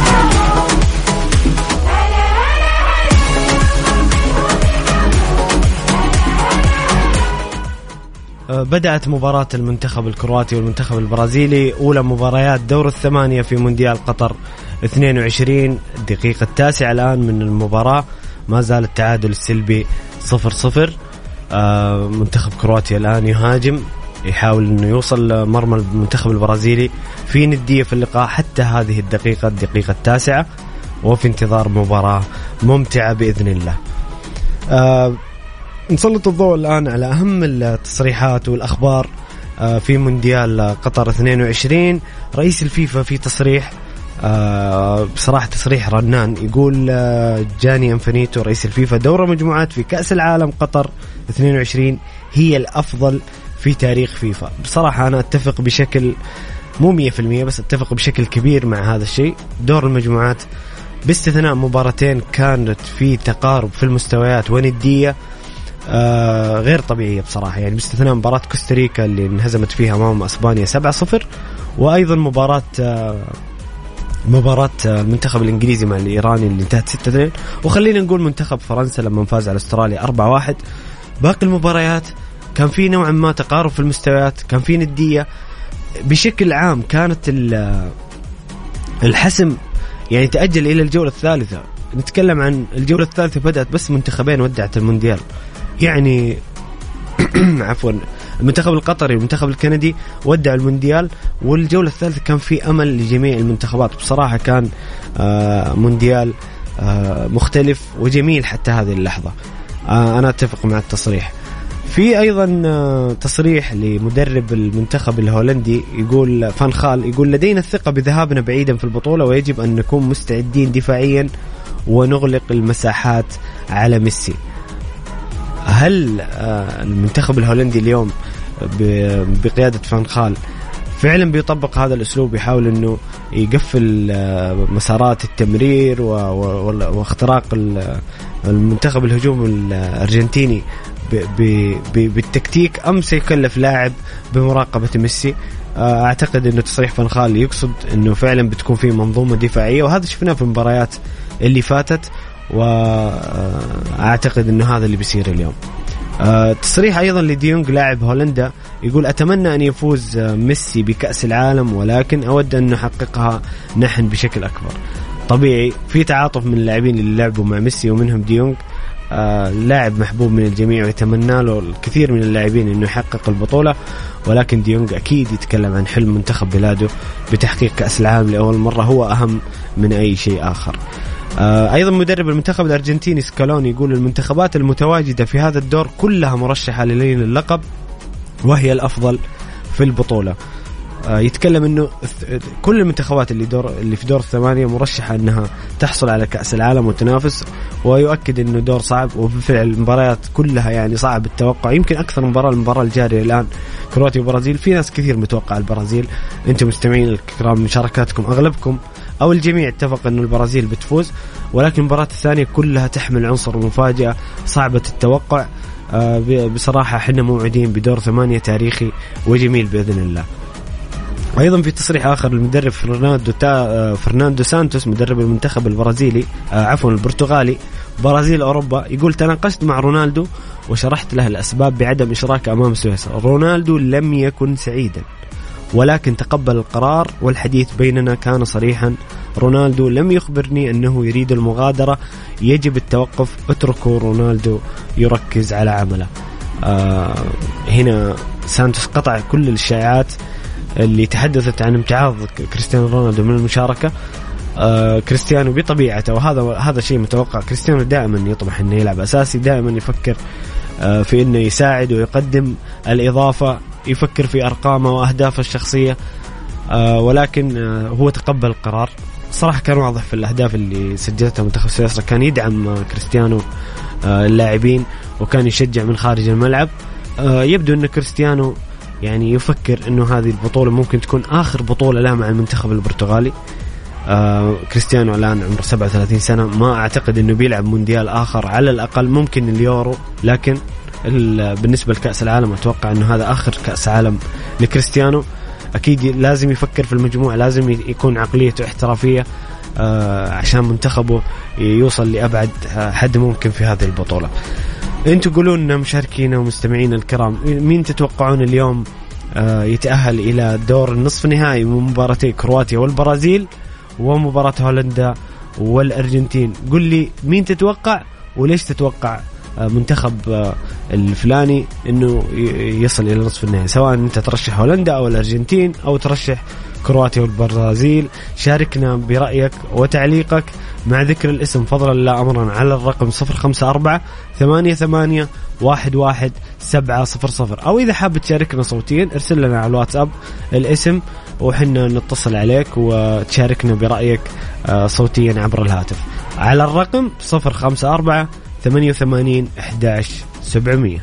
بدأت مباراة المنتخب الكرواتي والمنتخب البرازيلي، أولى مباريات دور الثمانية في مونديال قطر اثنين وعشرين. الدقيقة التاسعة الآن من المباراة، ما زال التعادل السلبي صفر صفر. آه منتخب كرواتيا الآن يهاجم، يحاول أنه يوصل مرمى المنتخب البرازيلي في ندية في اللقاء حتى هذه الدقيقة الدقيقة التاسعة، وفي انتظار مباراة ممتعة بإذن الله. آه نسلط الضوء الآن على أهم التصريحات والأخبار آه في مونديال قطر اثنين وعشرين. رئيس الفيفا في تصريح آه بصراحة تصريح رنان، يقول آه جاني أنفانيتو رئيس الفيفا: دور مجموعات في كأس العالم قطر اثنين وعشرين هي الأفضل في تاريخ فيفا. بصراحة أنا أتفق بشكل مو مية في المية، بس أتفق بشكل كبير مع هذا الشيء. دور المجموعات باستثناء مباراتين كانت في تقارب في المستويات وندية آه غير طبيعية بصراحة، يعني باستثناء مباراة كوستاريكا اللي انهزمت فيها أمام أسبانيا سبعة صفر، وأيضا مباراة آه مباراة المنتخب الإنجليزي مع الإيراني اللي انتهت ستة اثنين، وخلينا نقول منتخب فرنسا لما فاز على أستراليا أربعة واحد. باقي المباريات كان في نوعا ما تقارب في المستويات، كان في ندية بشكل عام. كانت الحسم يعني تأجل إلى الجولة الثالثة. نتكلم عن الجولة الثالثة بدأت بس منتخبين ودعت المونديال، يعني عفوا المنتخب القطري والمنتخب الكندي ودعوا المونديال، والجولة الثالثة كان في أمل لجميع المنتخبات. بصراحة كان آه مونديال آه مختلف وجميل حتى هذه اللحظة. آه أنا أتفق مع التصريح. في أيضا آه تصريح لمدرب المنتخب الهولندي، يقول فان خال، يقول: لدينا الثقة بذهابنا بعيدا في البطولة، ويجب أن نكون مستعدين دفاعيا ونغلق المساحات على ميسي. هل المنتخب الهولندي اليوم بقيادة فان خال فعلا بيطبق هذا الأسلوب، يحاول أنه يقفل مسارات التمرير واختراق المنتخب الهجوم الأرجنتيني بالتكتيك، أم سيكلف لاعب بمراقبة ميسي؟ أعتقد أنه تصريح فان خال يقصد أنه فعلا بتكون في منظومة دفاعية، وهذا شفناه في المباريات اللي فاتت، وأعتقد أنه هذا اللي بيصير اليوم. أه تصريح أيضا لديونغ لاعب هولندا، يقول: أتمنى أن يفوز ميسي بكأس العالم، ولكن أود أن نحققها نحن بشكل أكبر. طبيعي في تعاطف من اللاعبين اللي لعبوا مع ميسي، ومنهم ديونغ آه لاعب محبوب من الجميع، ويتمنى له الكثير من اللاعبين أنه يحقق البطولة، ولكن ديونغ أكيد يتكلم عن حلم منتخب بلاده بتحقيق كأس العالم لأول مرة، هو أهم من أي شيء آخر. آه أيضا مدرب المنتخب الأرجنتيني سكالوني يقول: المنتخبات المتواجدة في هذا الدور كلها مرشحة للين اللقب، وهي الأفضل في البطولة. آه يتكلم أنه كل المنتخبات اللي دور اللي في دور الثمانية مرشحة أنها تحصل على كأس العالم وتنافس، ويؤكد أنه دور صعب، وبالفعل المباريات كلها يعني صعب التوقع. يمكن أكثر مباراة المباراة الجارية الآن كرواتيا وبرازيل، في ناس كثير متوقع البرازيل. أنتم مستمعين الكرام مشاركاتكم أغلبكم أو الجميع اتفق أن البرازيل بتفوز، ولكن المباراة الثانية كلها تحمل عنصر مفاجأة صعبة التوقع. آه بصراحة حنا موعدين بدور ثمانية تاريخي وجميل بإذن الله. أيضا في تصريح آخر المدرب فرناندو تا فرناندو سانتوس مدرب المنتخب البرازيلي آه عفوا البرتغالي برازيل أوروبا، يقول: تناقشت مع رونالدو وشرحت له الأسباب بعدم إشراكه أمام سويسرا. رونالدو لم يكن سعيدا، ولكن تقبل القرار، والحديث بيننا كان صريحا. رونالدو لم يخبرني أنه يريد المغادرة، يجب التوقف، اتركوا رونالدو يركز على عمله. آه هنا سانتوس قطع كل الشائعات اللي تحدثت عن امتعاض كريستيانو رونالدو من المشاركة. آه كريستيانو بطبيعته، وهذا هذا شيء متوقع، كريستيانو دائما يطمح انه يلعب اساسي، دائما يفكر آه في انه يساعد ويقدم الاضافة، يفكر في ارقامه واهدافه الشخصية. آه ولكن آه هو تقبل القرار. صراحة كان واضح في الاهداف اللي سجلتها منتخب سويسرا، كان يدعم آه كريستيانو آه اللاعبين، وكان يشجع من خارج الملعب. آه يبدو ان كريستيانو يعني يفكر انه هذه البطولة ممكن تكون اخر بطولة له مع المنتخب البرتغالي. آه كريستيانو الان عمره سبعة وثلاثين سنة، ما اعتقد انه بيلعب مونديال اخر، على الاقل ممكن اليورو، لكن بالنسبة لكأس العالم أتوقع أنه هذا آخر كأس عالم لكريستيانو. أكيد لازم يفكر في المجموعة، لازم يكون عقليته احترافية عشان منتخبه يوصل لأبعد حد ممكن في هذه البطولة. انتوا قولوا لنا مشاركينا ومستمعين الكرام، مين تتوقعون اليوم يتأهل إلى دور النصف النهائي من مباراتي كرواتيا والبرازيل ومباراة هولندا والأرجنتين؟ قل لي مين تتوقع وليش تتوقع منتخب الفلاني انه يصل الى نصف النهائي، سواء انت ترشح هولندا او الارجنتين او ترشح كرواتيا والبرازيل. شاركنا برأيك وتعليقك مع ذكر الاسم فضلا لا امرا على الرقم صفر خمسة أربعة ثمانية ثمانية واحد واحد سبعة صفر صفر، او اذا حاب تشاركنا صوتيا ارسل لنا على الواتساب الاسم وحنا نتصل عليك وتشاركنا برأيك صوتيا عبر الهاتف على الرقم صفر خمسة أربعة ثمانية ثمانين أحد عشر سبعمية.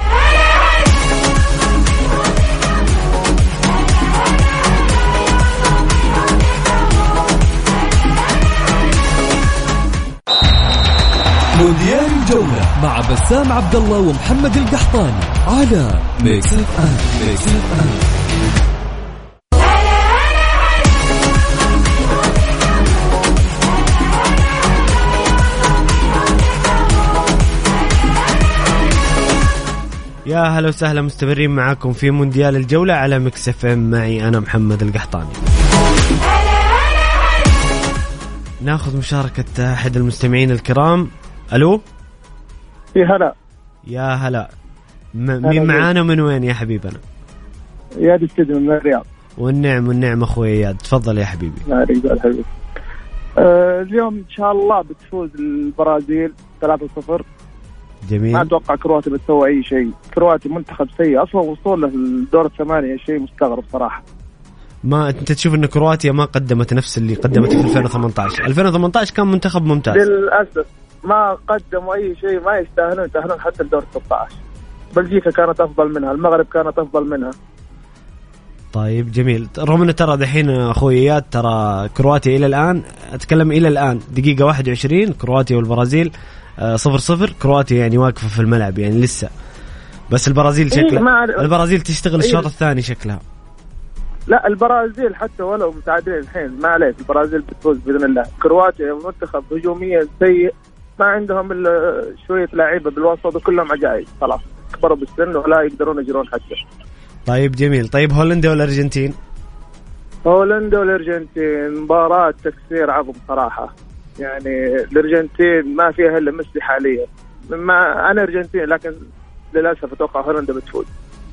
مونديال الجولة مع بسام عبد الله ومحمد القحطاني على ميكس اف ام. ميكس اف ام. يا هلا وسهلا، مستمرين معاكم في مونديال الجولة على ميكس اف ام، معي أنا محمد القحطاني. ناخذ مشاركة أحد المستمعين الكرام. ألو يا هلا. يا هلا، م- مين معانا من وين يا حبيبنا؟ يا دي استديو من الرياض. والنعم والنعم أخوي إياد، تفضل يا حبيبي. لا رجال حبيبي. أه اليوم إن شاء الله بتفوز البرازيل ثلاثة صفر. جميل. ما أتوقع كرواتيا بتسوي أي شيء، كرواتيا منتخب سيء أصلا، وصوله للدور الثمانية شيء مستغرب صراحة. ما أنت تشوف إن كرواتيا ما قدمت نفس اللي قدمته في ألفين وثمانية عشر. ألفين وثمانية عشر كان منتخب ممتاز. للأسف ما قدموا أي شيء، ما يستاهلون يستاهلون حتى الدور ستة عشر. بلجيكا كانت أفضل منها، المغرب كانت أفضل منها. طيب جميل. رغم أن ترى دحين أخوي إياد ترى كرواتيا إلى الآن، أتكلم إلى الآن دقيقة واحد وعشرين كرواتيا والبرازيل صفر صفر. كرواتيا يعني واقفة في الملعب يعني لسه، بس البرازيل شكلها إيه البرازيل تشتغل الشوط إيه الثاني شكلها. لا البرازيل حتى ولو متعادلين الحين ما عليك، البرازيل بتفوز بإذن الله. كرواتيا منتخب هجوميا سيء، ما عندهم إلا شوية لاعيبة بالوسط وكلهم عجائز، خلاص كبروا بالسن ولا يقدرون يجرون حتى. طيب جميل. طيب هولندا والأرجنتين؟ هولندا والأرجنتين مباراة تكسير عظم صراحة، يعني الأرجنتين ما فيها إلا ميسي حاليا. ما أنا أرجنتين لكن للأسف أتوقع هولندا بتفوز.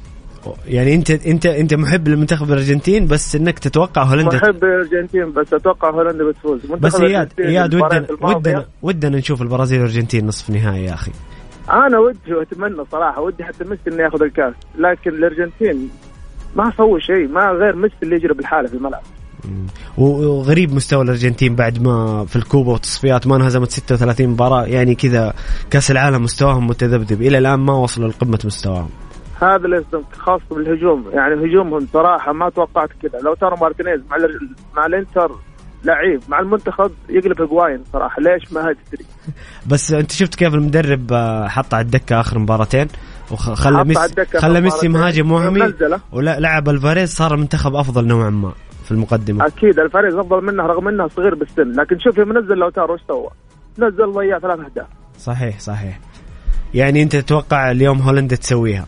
يعني أنت أنت أنت محب للمنتخب الأرجنتين بس إنك تتوقع هولندا؟ محب الأرجنتين بس أتوقع هولندا بتفوز. بس إياد إياد ودنا ودنا ودنا نشوف البرازيل والأرجنتين نصف نهائي يا أخي. أنا ودي وأتمنى صراحة، ودي حتى ميسي إنه يأخذ الكاس، لكن الأرجنتين ما سووا شيء، ما غير ميسي اللي يجري بالحالة في الملعب. وغريب مستوى الأرجنتين بعد ما في الكوبا والتصفيات ما انهزمت ستة وثلاثين مباراة، يعني كذا كأس العالم مستواهم متذبذب إلى الآن، ما وصلوا لقمة مستواهم. هذا اللي خاص بالهجوم، يعني هجومهم صراحة ما توقعت كذا. لو ترى مارتينيز مع مع الانتر لعيب، مع المنتخب يقلب هجواين صراحة، ليش ما هتدري. بس أنت شفت كيف المدرب حط على الدكة آخر مباراتين وخلى ميسي خلى ميسي مهاجم وهمي ولا لعب الفاريز، صار المنتخب أفضل نوعا ما في المقدمة. أكيد الفاريز أفضل منه رغم أنه صغير بالسن، لكن شوف منزل لو ترى وش سوى، نزل ضيع ثلاث أهداف. صحيح صحيح. يعني أنت تتوقع اليوم هولندا تسويها؟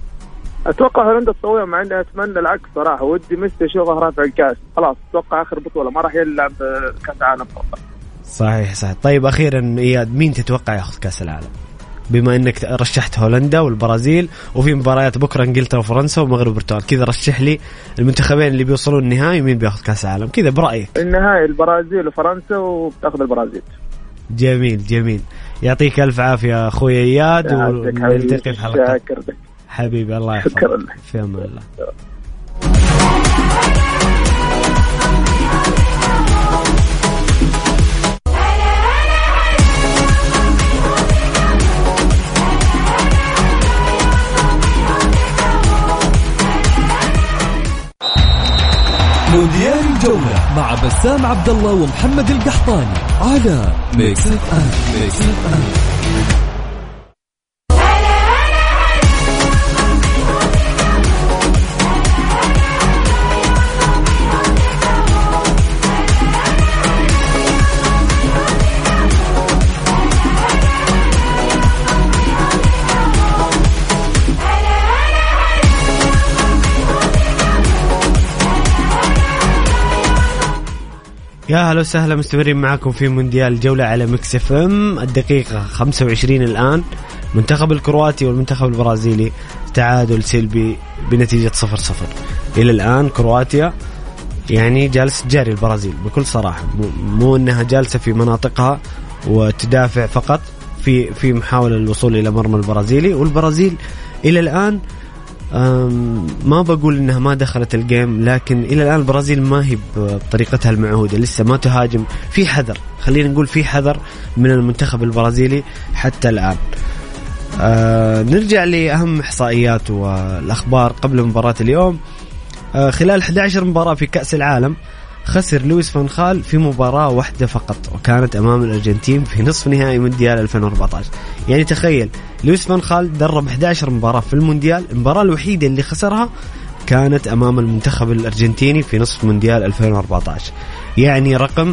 أتوقع هولندا تسويها، مع أني أتمنى العكس صراحة، ودي ميسي أشوفه رافع الكاس، خلاص أتوقع آخر بطولة ما راح يلعب كأس العالم. صحيح صحيح. طيب أخيرا إياد، مين تتوقع يأخذ كأس العالم بما أنك رشحت هولندا والبرازيل وفي مباريات بكرة إنجلترا وفرنسا ومغرب وبرتغال، كذا رشح لي المنتخبين اللي بيوصلون النهائي مين بيأخذ كأس العالم كذا برأيك؟ النهائي البرازيل وفرنسا وبتأخذ البرازيل. جميل جميل، يعطيك ألف عافية أخوي إياد، ونلتقي في حلقة حبيبي. الله يحفظك، في أمان الله. مونديال الجولة مع بسام عبد الله ومحمد القحطاني على ميكس اف ام. ميكس اف ام. يا هلا وسهلا، مستمرين معكم في مونديال الجولة على ميكس اف ام. الدقيقة خمسة وعشرين الآن. منتخب الكرواتي والمنتخب البرازيلي تعادل سلبي بنتيجة صفر صفر إلى الآن. كرواتيا يعني جالس تجاري البرازيل بكل صراحة، مو أنها جالسة في مناطقها وتدافع فقط في في محاولة الوصول إلى مرمى البرازيلي. والبرازيل إلى الآن ما بقول إنها ما دخلت الجيم، لكن إلى الآن البرازيل ما هي بطريقتها المعهودة، لسه ما تهاجم، في حذر، خلينا نقول في حذر من المنتخب البرازيلي حتى الآن. آه نرجع لأهم إحصائيات والأخبار قبل مباراة اليوم. آه خلال إحدى عشرة مباراة في كأس العالم خسر لويس فان خال في مباراة واحدة فقط، وكانت أمام الأرجنتين في نصف نهائي مونديال ألفين وأربعة عشر. يعني تخيل لويس فان خال درب إحدى عشرة مباراة في المونديال، المباراة الوحيدة اللي خسرها كانت أمام المنتخب الأرجنتيني في نصف مونديال ألفين وأربعة عشر. يعني رقم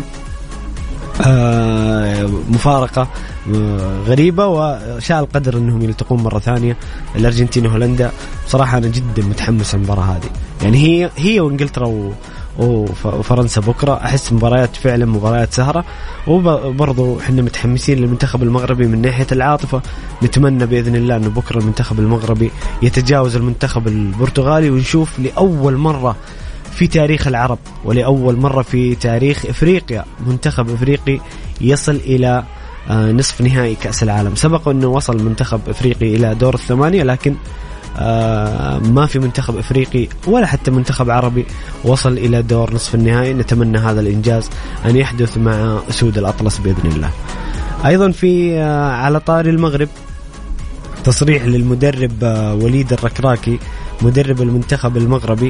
آه مفارقة آه غريبة، وشاء القدر أنهم يلتقون مرة ثانية الأرجنتين وهولندا. بصراحة أنا جدا متحمس المباراة هذه، يعني هي هي وإنجلترا و وفرنسا بكرة. أحس مباريات فعلا مباريات سهرة، وبرضو حنا متحمسين للمنتخب المغربي من ناحية العاطفة. نتمنى بإذن الله أنه بكرة المنتخب المغربي يتجاوز المنتخب البرتغالي، ونشوف لأول مرة في تاريخ العرب ولأول مرة في تاريخ إفريقيا منتخب إفريقي يصل إلى نصف نهائي كأس العالم. سبق أنه وصل منتخب إفريقي إلى دور الثمانية، لكن آه ما في منتخب إفريقي ولا حتى منتخب عربي وصل إلى دور نصف النهائي. نتمنى هذا الإنجاز أن يحدث مع أسود الأطلس بإذن الله. أيضا في آه على طاري المغرب تصريح للمدرب آه وليد الركراكي مدرب المنتخب المغربي،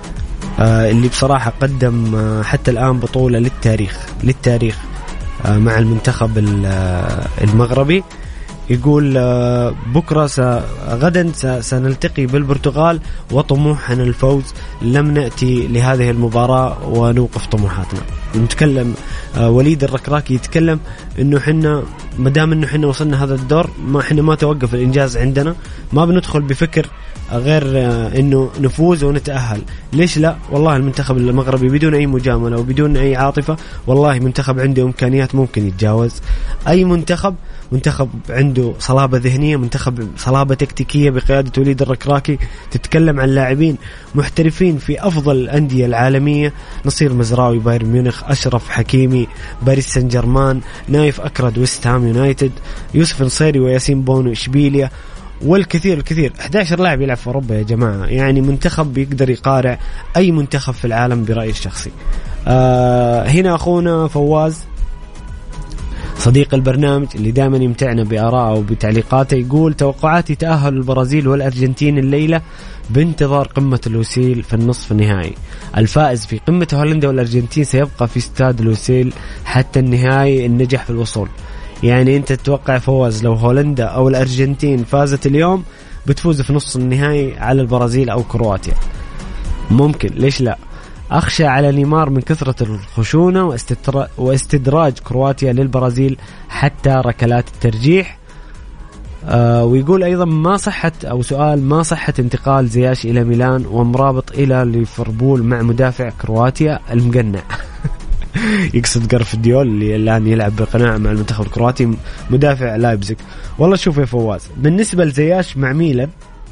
آه اللي بصراحة قدم آه حتى الآن بطولة للتاريخ للتاريخ آه مع المنتخب المغربي. يقول بكرة س... غدا س... سنلتقي بالبرتغال وطموحنا الفوز، لم نأتي لهذه المباراة ونوقف طموحاتنا. نتكلم وليد الركراكي يتكلم إنه حنا مدام إنه حنا وصلنا هذا الدور، ما حنا ما توقف الإنجاز عندنا، ما بندخل بفكر غير إنه نفوز ونتأهل. ليش لا؟ والله المنتخب المغربي بدون أي مجاملة وبدون أي عاطفة، والله منتخب عنده إمكانيات ممكن يتجاوز أي منتخب. منتخب عنده صلابة ذهنية، منتخب صلابة تكتيكية بقيادة وليد الركراكي. تتكلم عن لاعبين محترفين في أفضل الأندية العالمية، نصير مزراوي بايرن ميونخ، أشرف حكيمي باريس سان جيرمان، نايف أكرد ويست هام يونايتد، يوسف نصيري وياسين بونو إشبيليا، والكثير الكثير. أحد عشر لاعب يلعب في أوروبا يا جماعة، يعني منتخب بيقدر يقارع أي منتخب في العالم برأيي الشخصي. آه هنا أخونا فواز صديق البرنامج اللي دائما يمتعنا بآراءه وبتعليقاته، يقول توقعاتي تأهل البرازيل والأرجنتين الليلة بانتظار قمة لوسيل في النصف النهائي. الفائز في قمة هولندا والأرجنتين سيبقى في استاد لوسيل حتى النهائي إن نجح في الوصول. يعني أنت تتوقع فواز لو هولندا أو الأرجنتين فازت اليوم بتفوز في نصف النهائي على البرازيل أو كرواتيا؟ ممكن، ليش لا؟ أخشى على نيمار من كثرة الخشونة واستدراج كرواتيا للبرازيل حتى ركلات الترجيح. آه ويقول أيضا ما صحة أو سؤال ما صحة انتقال زياش إلى ميلان ومرابط إلى ليفربول مع مدافع كرواتيا المقنع. يقصد قرف ديول اللي الآن يلعب بقناعة مع المنتخب الكرواتي، مدافع لايبزيج. والله شوف يا فواز، بالنسبة لزياش مع ميلان،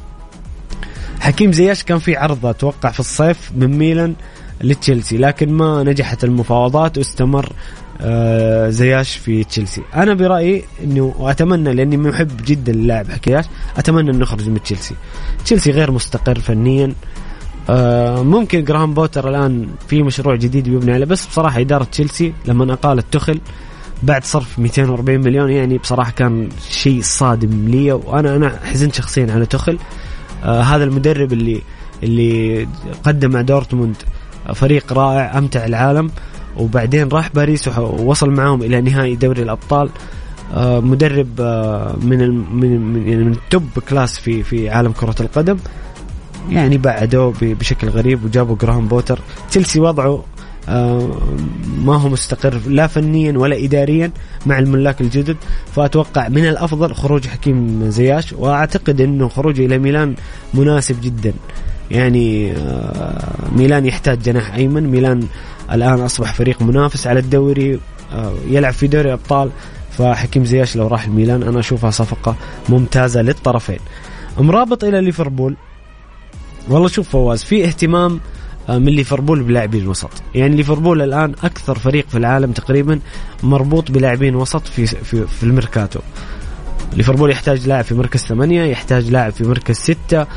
حكيم زياش كان في عرضة توقع في الصيف من ميلان لتشيلسي، لكن ما نجحت المفاوضات واستمر زياش في تشيلسي. أنا برأيي إنه وأتمنى، لأني محب جدا للاعب حكيم، أتمنى إنه يخرج من تشيلسي. تشيلسي غير مستقر فنيا. ممكن جراهام بوتر الآن في مشروع جديد بيبني عليه، بس بصراحة إدارة تشيلسي لما أقالت تخل بعد صرف مئتين وأربعين مليون، يعني بصراحة كان شيء صادم لي، وأنا أنا حزنت شخصيا على تخل. آه هذا المدرب اللي اللي قدم مع دورتموند فريق رائع أمتع العالم، وبعدين راح باريس ووصل معهم إلى نهائي دوري الأبطال. آه مدرب آه من من يعني من التوب كلاس في في عالم كرة القدم، يعني بعدوه بشكل غريب وجابوا جراهام بوتر. تشيلسي وضعه آه ما هو مستقر لا فنيا ولا إداريا مع الملاك الجدد، فأتوقع من الأفضل خروج حكيم زياش، وأعتقد أنه خروجه إلى ميلان مناسب جدا يعني ميلان يحتاج جناح أيمن. ميلان الآن أصبح فريق منافس على الدوري، يلعب في دوري أبطال، فحكيم زياش لو راح الميلان أنا أشوفها صفقة ممتازة للطرفين. مرابط إلى ليفربول، والله شوف فواز، في اهتمام من ليفربول بلاعبين الوسط. يعني ليفربول الآن أكثر فريق في العالم تقريبا مربوط بلاعبين وسط في في في الميركاتو. ليفربول يحتاج لاعب في مركز ثمانية، يحتاج لاعب في مركز ستة.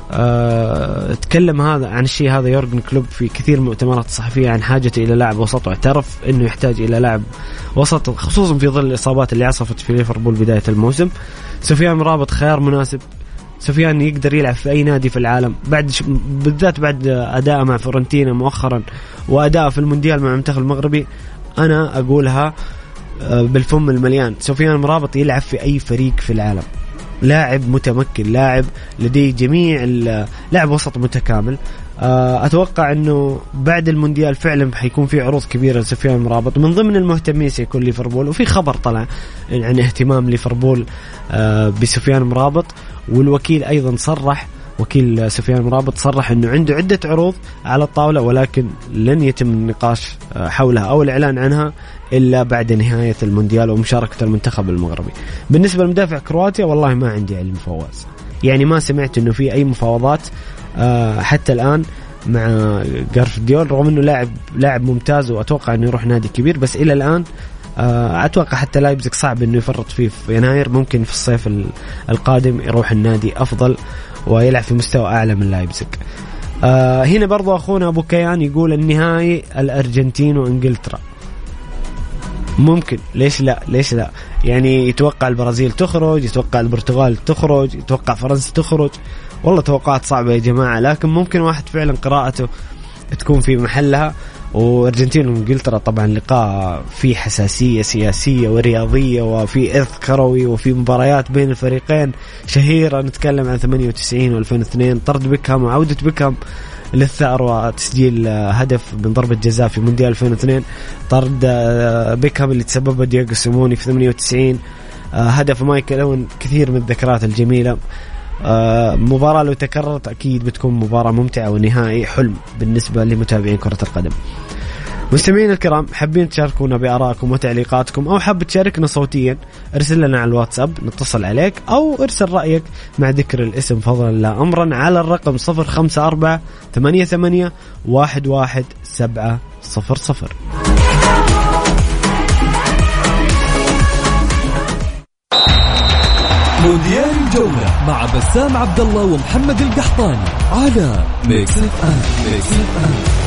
أه تكلم هذا عن الشيء هذا يورجن كلوب في كثير مؤتمرات صحفية عن حاجته إلى لاعب وسط، واعترف إنه يحتاج إلى لاعب وسط خصوصا في ظل الإصابات اللي عصفت في ليفربول بداية الموسم. سفيان مرابط خيار مناسب. سفيان يقدر يلعب في أي نادي في العالم، بعد ش... بالذات بعد أداءه مع فورنتينا مؤخرا وأداءه في المونديال مع المنتخب المغربي. أنا أقولها بالفم المليان، سفيان مرابط يلعب في أي فريق في العالم. لاعب متمكن، لاعب لديه جميع لاعب وسط متكامل. أتوقع أنه بعد المونديال فعلا حيكون في عروض كبيرة لسفيان مرابط. من ضمن المهتمين سيكون ليفربول، وفي خبر طلع عن اهتمام ليفربول بسفيان مرابط، والوكيل أيضا صرح، وكيل سفيان مرابط صرح أنه عنده عدة عروض على الطاولة، ولكن لن يتم النقاش حولها أو الإعلان عنها إلا بعد نهاية المونديال ومشاركة المنتخب المغربي. بالنسبة لمدافع كرواتيا والله ما عندي علم فواز، يعني ما سمعت أنه في أي مفاوضات حتى الآن مع غارفديول، رغم أنه لاعب لاعب ممتاز وأتوقع أنه يروح نادي كبير، بس إلى الآن أتوقع حتى لايبزيغ صعب أنه يفرط فيه في يناير. ممكن في الصيف القادم يروح النادي أفضل ويلعب في مستوى أعلى من لايبزيغ. آه هنا برضو أخونا أبو كيان يقول النهائي الأرجنتين وإنجلترا ممكن، ليش لا ليش لا يعني يتوقع البرازيل تخرج، يتوقع البرتغال تخرج، يتوقع فرنسا تخرج. والله توقعات صعبة يا جماعة، لكن ممكن واحد فعلا قراءته تكون في محلها. وأرجنتين وإنجلترا طبعا لقاء فيه حساسية سياسية ورياضية وفي إرث كروي وفي مباريات بين الفريقين شهيرة. نتكلم عن ثمانية وتسعين وألفين واثنين، طرد بيكهام وعودة بيكهام للثأر وتسجيل هدف من ضربة جزاء في مونديال ألفين واثنين، طرد بيكهام اللي تسبب دييغو سيموني في ثمانية وتسعين، هدف مايكل أوين. كثير من الذكريات الجميلة. مباراة لو تكررت أكيد بتكون مباراة ممتعة ونهائي حلم بالنسبة لمتابعين كرة القدم. مستمعين الكرام، حابين تشاركونا بآرائكم وتعليقاتكم أو حاب تشاركنا صوتيا، ارسل لنا على الواتساب نتصل عليك، أو ارسل رأيك مع ذكر الاسم فضلا لا أمرا على الرقم صفر خمسة أربعة ثمانية ثمانية واحد واحد سبعة صفر صفر. مونديال الجولة مع بسام عبد الله ومحمد القحطاني على ميكس اف ام. ميكس اف ام.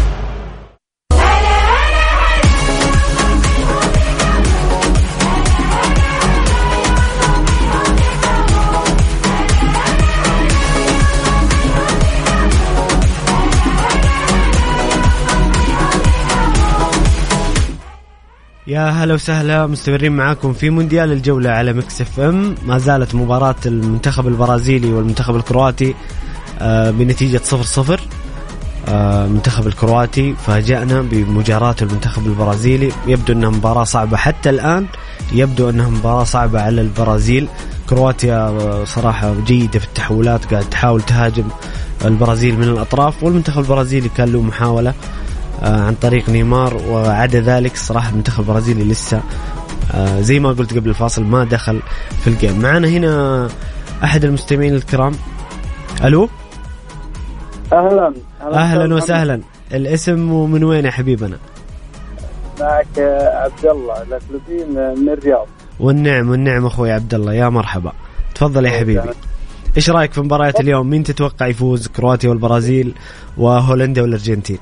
يا هلا وسهلا، مستمرين معاكم في مونديال الجولة على ميكس اف ام. ما زالت مباراة المنتخب البرازيلي والمنتخب الكرواتي بنتيجة صفر صفر. المنتخب الكرواتي فاجأنا بمجاراة المنتخب البرازيلي، يبدو أنها مباراة صعبة حتى الآن، يبدو أنها مباراة صعبة على البرازيل. كرواتيا صراحة جيدة في التحولات، قاعد تحاول تهاجم البرازيل من الأطراف، والمنتخب البرازيلي كان له محاولة عن طريق نيمار، وعدا ذلك صراحة المنتخب البرازيلي لسه زي ما قلت قبل الفاصل ما دخل في الجيم. معنا هنا أحد المستمعين الكرام. ألو، أهلا أهلا, أهلا وسهلا. الاسم ومن وين يا حبيبنا؟ معك عبد الله الأكلوبي من الرياض. والنعم والنعم أخوي عبد الله، يا مرحبا. تفضل يا حبيبي. إيش رأيك في مباراة اليوم؟ مين تتوقع يفوز، كرواتيا والبرازيل وهولندا والأرجنتين؟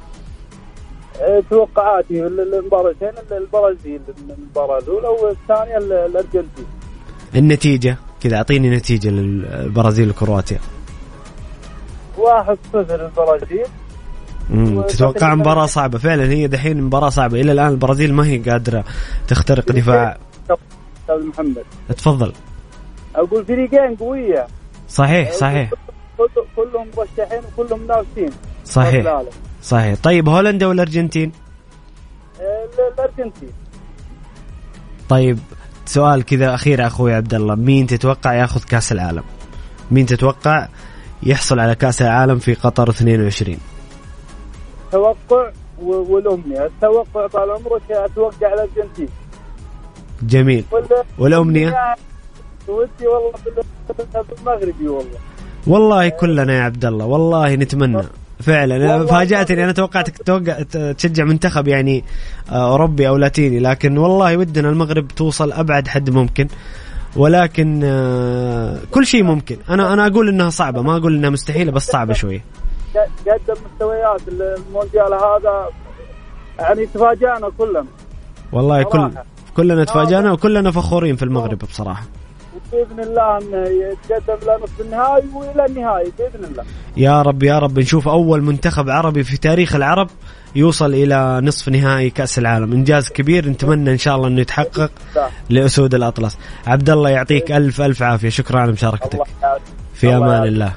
توقعاتي المباراتين البرازيل المباراة الأولى والثانية الأرجنتين. النتيجة كذا، أعطيني نتيجة للبرازيل وكرواتيا. واحد صفر البرازيل. تتوقع مباراة صعبة فعلا، هي دحين مباراة صعبة. إلى الآن البرازيل ما هي قادرة تخترق دفاع. أستاذ محمد تفضل. أقول فريقين قوية. صحيح صحيح. كلهم مرشحين وكلهم منافسين. صحيح صحيح. طيب هولندا والأرجنتين؟ الأرجنتين. طيب سؤال كذا أخير أخوي عبد الله، مين تتوقع يأخذ كأس العالم؟ مين تتوقع يحصل على كأس العالم في قطر اثنين وعشرين؟ توقع والأمنية. التوقع طال عمرك أتوقع على الأرجنتين. جميل. والأمنية؟ ودي والله بالمغربي والله. والله كلنا يا عبد الله والله نتمنى فعلا. فاجأتني، أنا توقعتك توقع تشجع منتخب يعني أوروبي أو لاتيني، لكن والله ودنا المغرب توصل أبعد حد ممكن، ولكن كل شيء ممكن. أنا أنا أقول إنها صعبة، ما أقول إنها مستحيلة، بس صعبة شوية. قدم مستويات المونديال هذا يعني تفاجأنا كلنا والله. كل كلنا تفاجأنا وكلنا فخورين في المغرب بصراحة. بإذن الله أنه يتقدم لنصف النهائي وإلى النهائي بإذن الله. يا رب يا رب نشوف أول منتخب عربي في تاريخ العرب يوصل إلى نصف نهائي كأس العالم. إنجاز كبير، نتمنى إن شاء الله أنه يتحقق لأسود الأطلس. عبد الله يعطيك ألف ألف عافية، شكرا على مشاركتك. في أمان الله.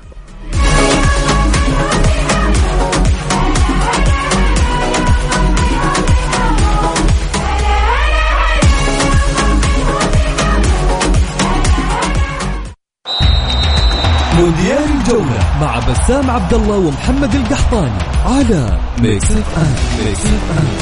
مونديال الجولة مع بسام عبد الله ومحمد القحطاني على ميكس اف ام. ميكس اف ام.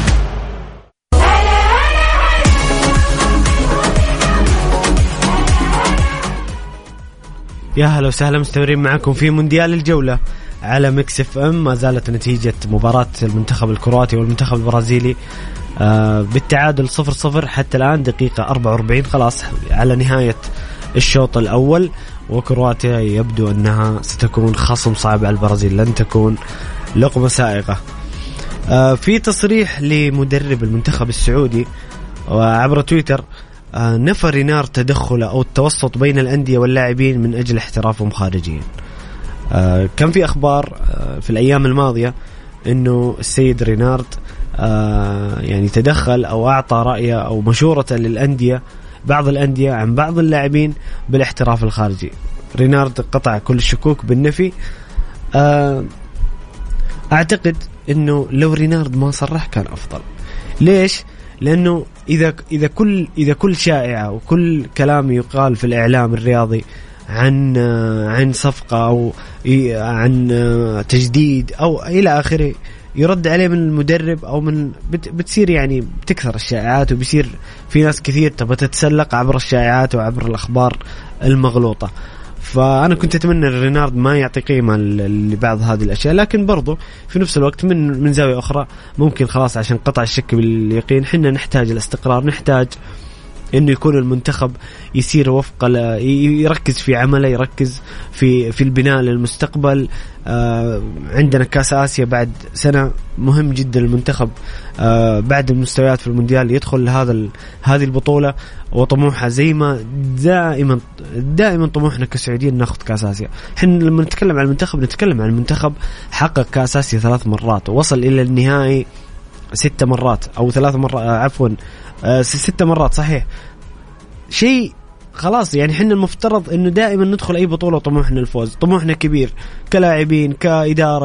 يا هلا وسهلا، مستمرين معكم في مونديال الجولة على ميكس اف ام. ما زالت نتيجة مباراة المنتخب الكرواتي والمنتخب البرازيلي آه بالتعادل صفر صفر حتى الآن، دقيقة أربعة وأربعين، خلاص على نهاية الشوط الأول. وكرواتيا يبدو أنها ستكون خصم صعب على البرازيل، لن تكون لقمة سائغة. آه في تصريح لمدرب المنتخب السعودي وعبر تويتر، آه نفى رينار تدخل أو التوسط بين الأندية واللاعبين من أجل احترافهم خارجيا. آه كان في أخبار آه في الأيام الماضية أنه السيد رينارد آه يعني تدخل أو أعطى رأيه أو مشورة للأندية، بعض الأندية عن بعض اللاعبين بالاحتراف الخارجي. رينارد قطع كل الشكوك بالنفي. آه أعتقد أنه لو رينارد ما صرح كان أفضل. ليش؟ لأنه إذا إذا كل إذا كل شائعة وكل كلام يقال في الإعلام الرياضي عن عن صفقة أو عن تجديد أو إلى آخره يرد عليه من المدرب أو من بتصير يعني بتكثر الشائعات، وبيصير في ناس كثير تبغى تتسلق عبر الشائعات وعبر الأخبار المغلوطة. فأنا كنت أتمنى رينارد ما يعطي قيمة لبعض هذه الأشياء، لكن برضو في نفس الوقت من من زاوية أخرى ممكن خلاص عشان قطع الشك باليقين حنا نحتاج الاستقرار، نحتاج إنه يكون المنتخب يسير وفق يركز في عمله، يركز في في البناء للمستقبل. آه عندنا كأس آسيا بعد سنة، مهم جدا المنتخب آه بعد المستويات في المونديال يدخل هذا هذه البطولة وطموحها زي ما دائما دائما طموحنا كسعوديين ناخذ كأس آسيا. حين لما نتكلم عن المنتخب نتكلم عن المنتخب حقق كأس آسيا ثلاث مرات ووصل إلى النهائي ست مرات أو ثلاث مرات آه عفوا آه ست مرات صحيح. شيء خلاص يعني حنا المفترض انه دائما ندخل اي بطولة طموحنا الفوز، طموحنا كبير كلاعبين كإدارة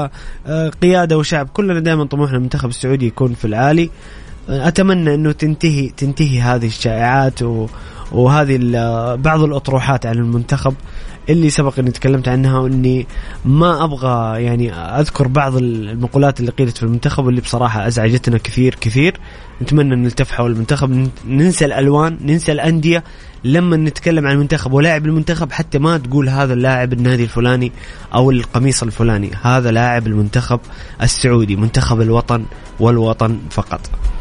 كقيادة وشعب، كلنا دائما طموحنا المنتخب السعودي يكون في العالي. اتمنى انه تنتهي تنتهي هذه الشائعات وهذه بعض الأطروحات عن المنتخب اللي سبق اني تكلمت عنها، واني ما ابغى يعني اذكر بعض المقولات اللي قيلت في المنتخب واللي بصراحة ازعجتنا كثير كثير. نتمنى ان نلتف حول المنتخب، ننسى الالوان، ننسى الاندية لما نتكلم عن المنتخب ولاعب المنتخب، حتى ما تقول هذا اللاعب النادي الفلاني او القميص الفلاني، هذا لاعب المنتخب السعودي، منتخب الوطن والوطن فقط.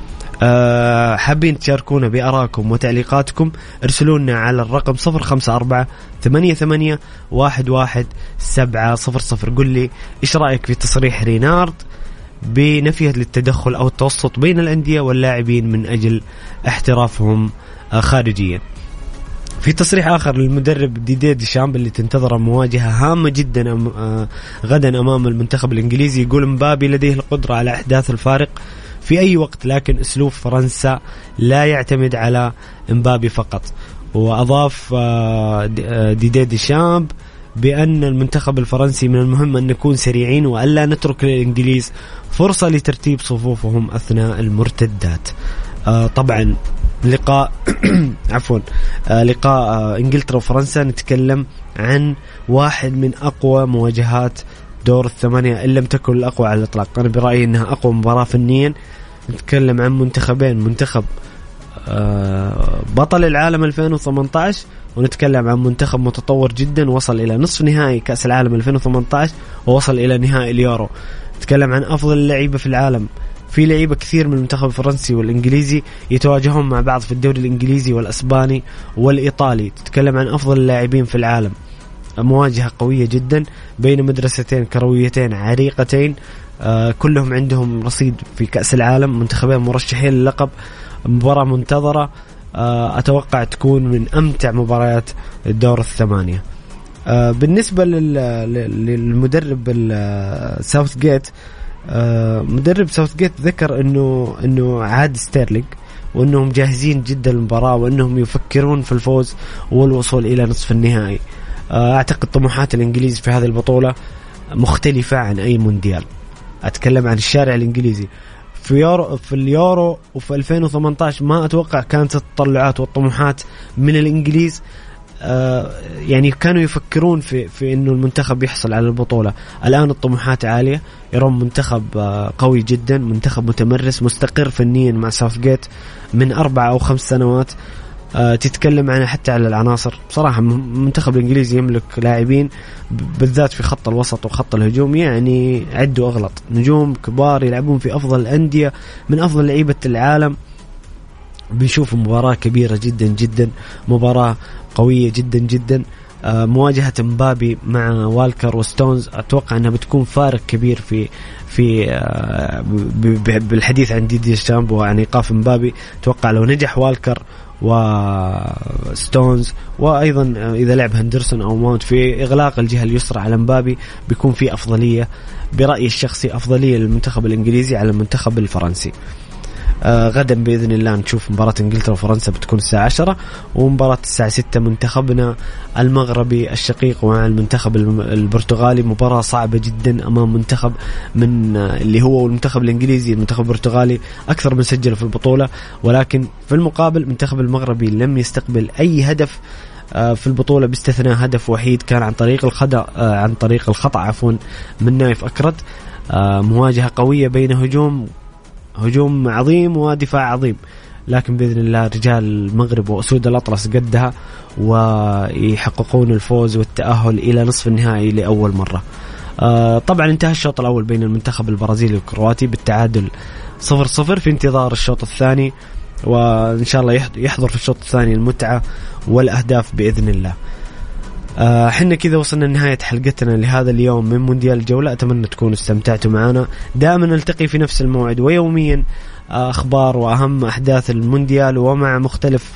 أه حابين تشاركونا بأراءكم وتعليقاتكم، ارسلونا على الرقم صفر خمسة أربعة ثمانية ثمانية واحد واحد سبعة صفر صفر. قل لي إيش رأيك في تصريح رينارد بنفيه للتدخل أو التوسط بين الأندية واللاعبين من أجل احترافهم خارجيا. في تصريح آخر للمدرب ديدي ديشامب اللي تنتظر مواجهة هامة جدا أم آه غدا أمام المنتخب الإنجليزي، يقول مبابي لديه القدرة على إحداث الفارق في أي وقت، لكن أسلوب فرنسا لا يعتمد على مبابي فقط. وأضاف ديدي ديشامب بأن المنتخب الفرنسي من المهم أن نكون سريعين وألا نترك للإنجليز فرصة لترتيب صفوفهم أثناء المرتدات. طبعا لقاء عفوا آه لقاء آه انجلترا وفرنسا، نتكلم عن واحد من اقوى مواجهات دور الثمانية ان لم تكن الاقوى على الاطلاق. انا برايي انها اقوى مباراة فنيا. نتكلم عن منتخبين، منتخب آه بطل العالم ألفين وثمانية عشر، ونتكلم عن منتخب متطور جدا وصل الى نصف نهائي كأس العالم ألفين وثمانية عشر ووصل الى نهائي اليورو. نتكلم عن افضل اللعيبة في العالم. في لعيبة كثير من المنتخب الفرنسي والإنجليزي يتواجهون مع بعض في الدوري الإنجليزي والأسباني والإيطالي. تتكلم عن أفضل اللاعبين في العالم. مواجهة قوية جدا بين مدرستين كرويتين عريقتين، آه كلهم عندهم رصيد في كأس العالم، منتخبين مرشحين للقب. مباراة منتظرة، آه أتوقع تكون من أمتع مباريات الدور الثمانية. آه بالنسبة للمدرب ساوث جيت، آه مدرب ساوث جيت ذكر انه انه عاد ستيرلينج، وانهم جاهزين جدا للمباراة، وانهم يفكرون في الفوز والوصول الى نصف النهائي. آه اعتقد طموحات الانجليز في هذه البطولة مختلفة عن اي مونديال. اتكلم عن الشارع الانجليزي في يورو في اليورو وفي ألفين وثمانية عشر، ما اتوقع كانت التطلعات والطموحات من الانجليز آه يعني كانوا يفكرون في في انه المنتخب يحصل على البطولة. الان الطموحات عالية، يرون منتخب آه قوي جدا، منتخب متمرس مستقر فنيا مع ساوثجيت من اربع او خمس سنوات. آه تتكلم عنه حتى على العناصر. بصراحة المنتخب الانجليزي يملك لاعبين بالذات في خط الوسط وخط الهجوم، يعني عدوا اغلط، نجوم كبار يلعبون في افضل الاندية من افضل لعيبة العالم. بنشوف مباراة كبيرة جدا جدا، مباراة قوية جدا جدا. آه مواجهة مبابي مع والكر وستونز أتوقع أنها بتكون فارق كبير في في آه بالحديث عن ديدي شامب وعن إيقاف مبابي. أتوقع لو نجح والكر وستونز، وأيضا إذا لعب هندرسون أو ماونت في إغلاق الجهة اليسرى على مبابي، بيكون في أفضلية برأيي الشخصي، أفضلية للمنتخب الإنجليزي على المنتخب الفرنسي. آه غدا بإذن الله نشوف مباراة إنجلترا وفرنسا بتكون الساعة عشرة، ومباراة الساعة ستة منتخبنا المغربي الشقيق مع المنتخب البرتغالي. مباراة صعبة جدا أمام منتخب من آه اللي هو المنتخب الإنجليزي. المنتخب البرتغالي أكثر من سجل في البطولة، ولكن في المقابل المنتخب المغربي لم يستقبل أي هدف آه في البطولة باستثناء هدف وحيد كان عن طريق الخطأ آه عن طريق الخطأ عفوا من نايف أكرد. آه مواجهة قوية بين هجوم هجوم عظيم ودفاع عظيم، لكن بإذن الله رجال المغرب وأسود الأطلس قدها ويحققون الفوز والتأهل إلى نصف النهائي لأول مرة. آه طبعا انتهى الشوط الأول بين المنتخب البرازيلي والكرواتي بالتعادل صفر صفر في انتظار الشوط الثاني، وإن شاء الله يحضر في الشوط الثاني المتعة والأهداف بإذن الله. آه حنا كذا وصلنا لنهاية حلقتنا لهذا اليوم من مونديال الجولة. أتمنى تكونوا استمتعتوا معنا. دائما نلتقي في نفس الموعد ويوميا آه أخبار وأهم أحداث المونديال، ومع مختلف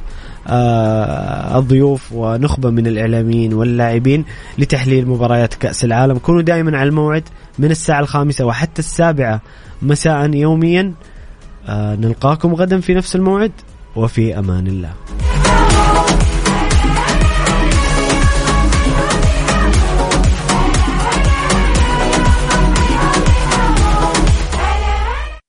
آه الضيوف ونخبة من الإعلاميين واللاعبين لتحليل مباريات كأس العالم. كونوا دائما على الموعد من الساعة الخامسة وحتى السابعة مساء يوميا. آه نلقاكم غدا في نفس الموعد، وفي أمان الله.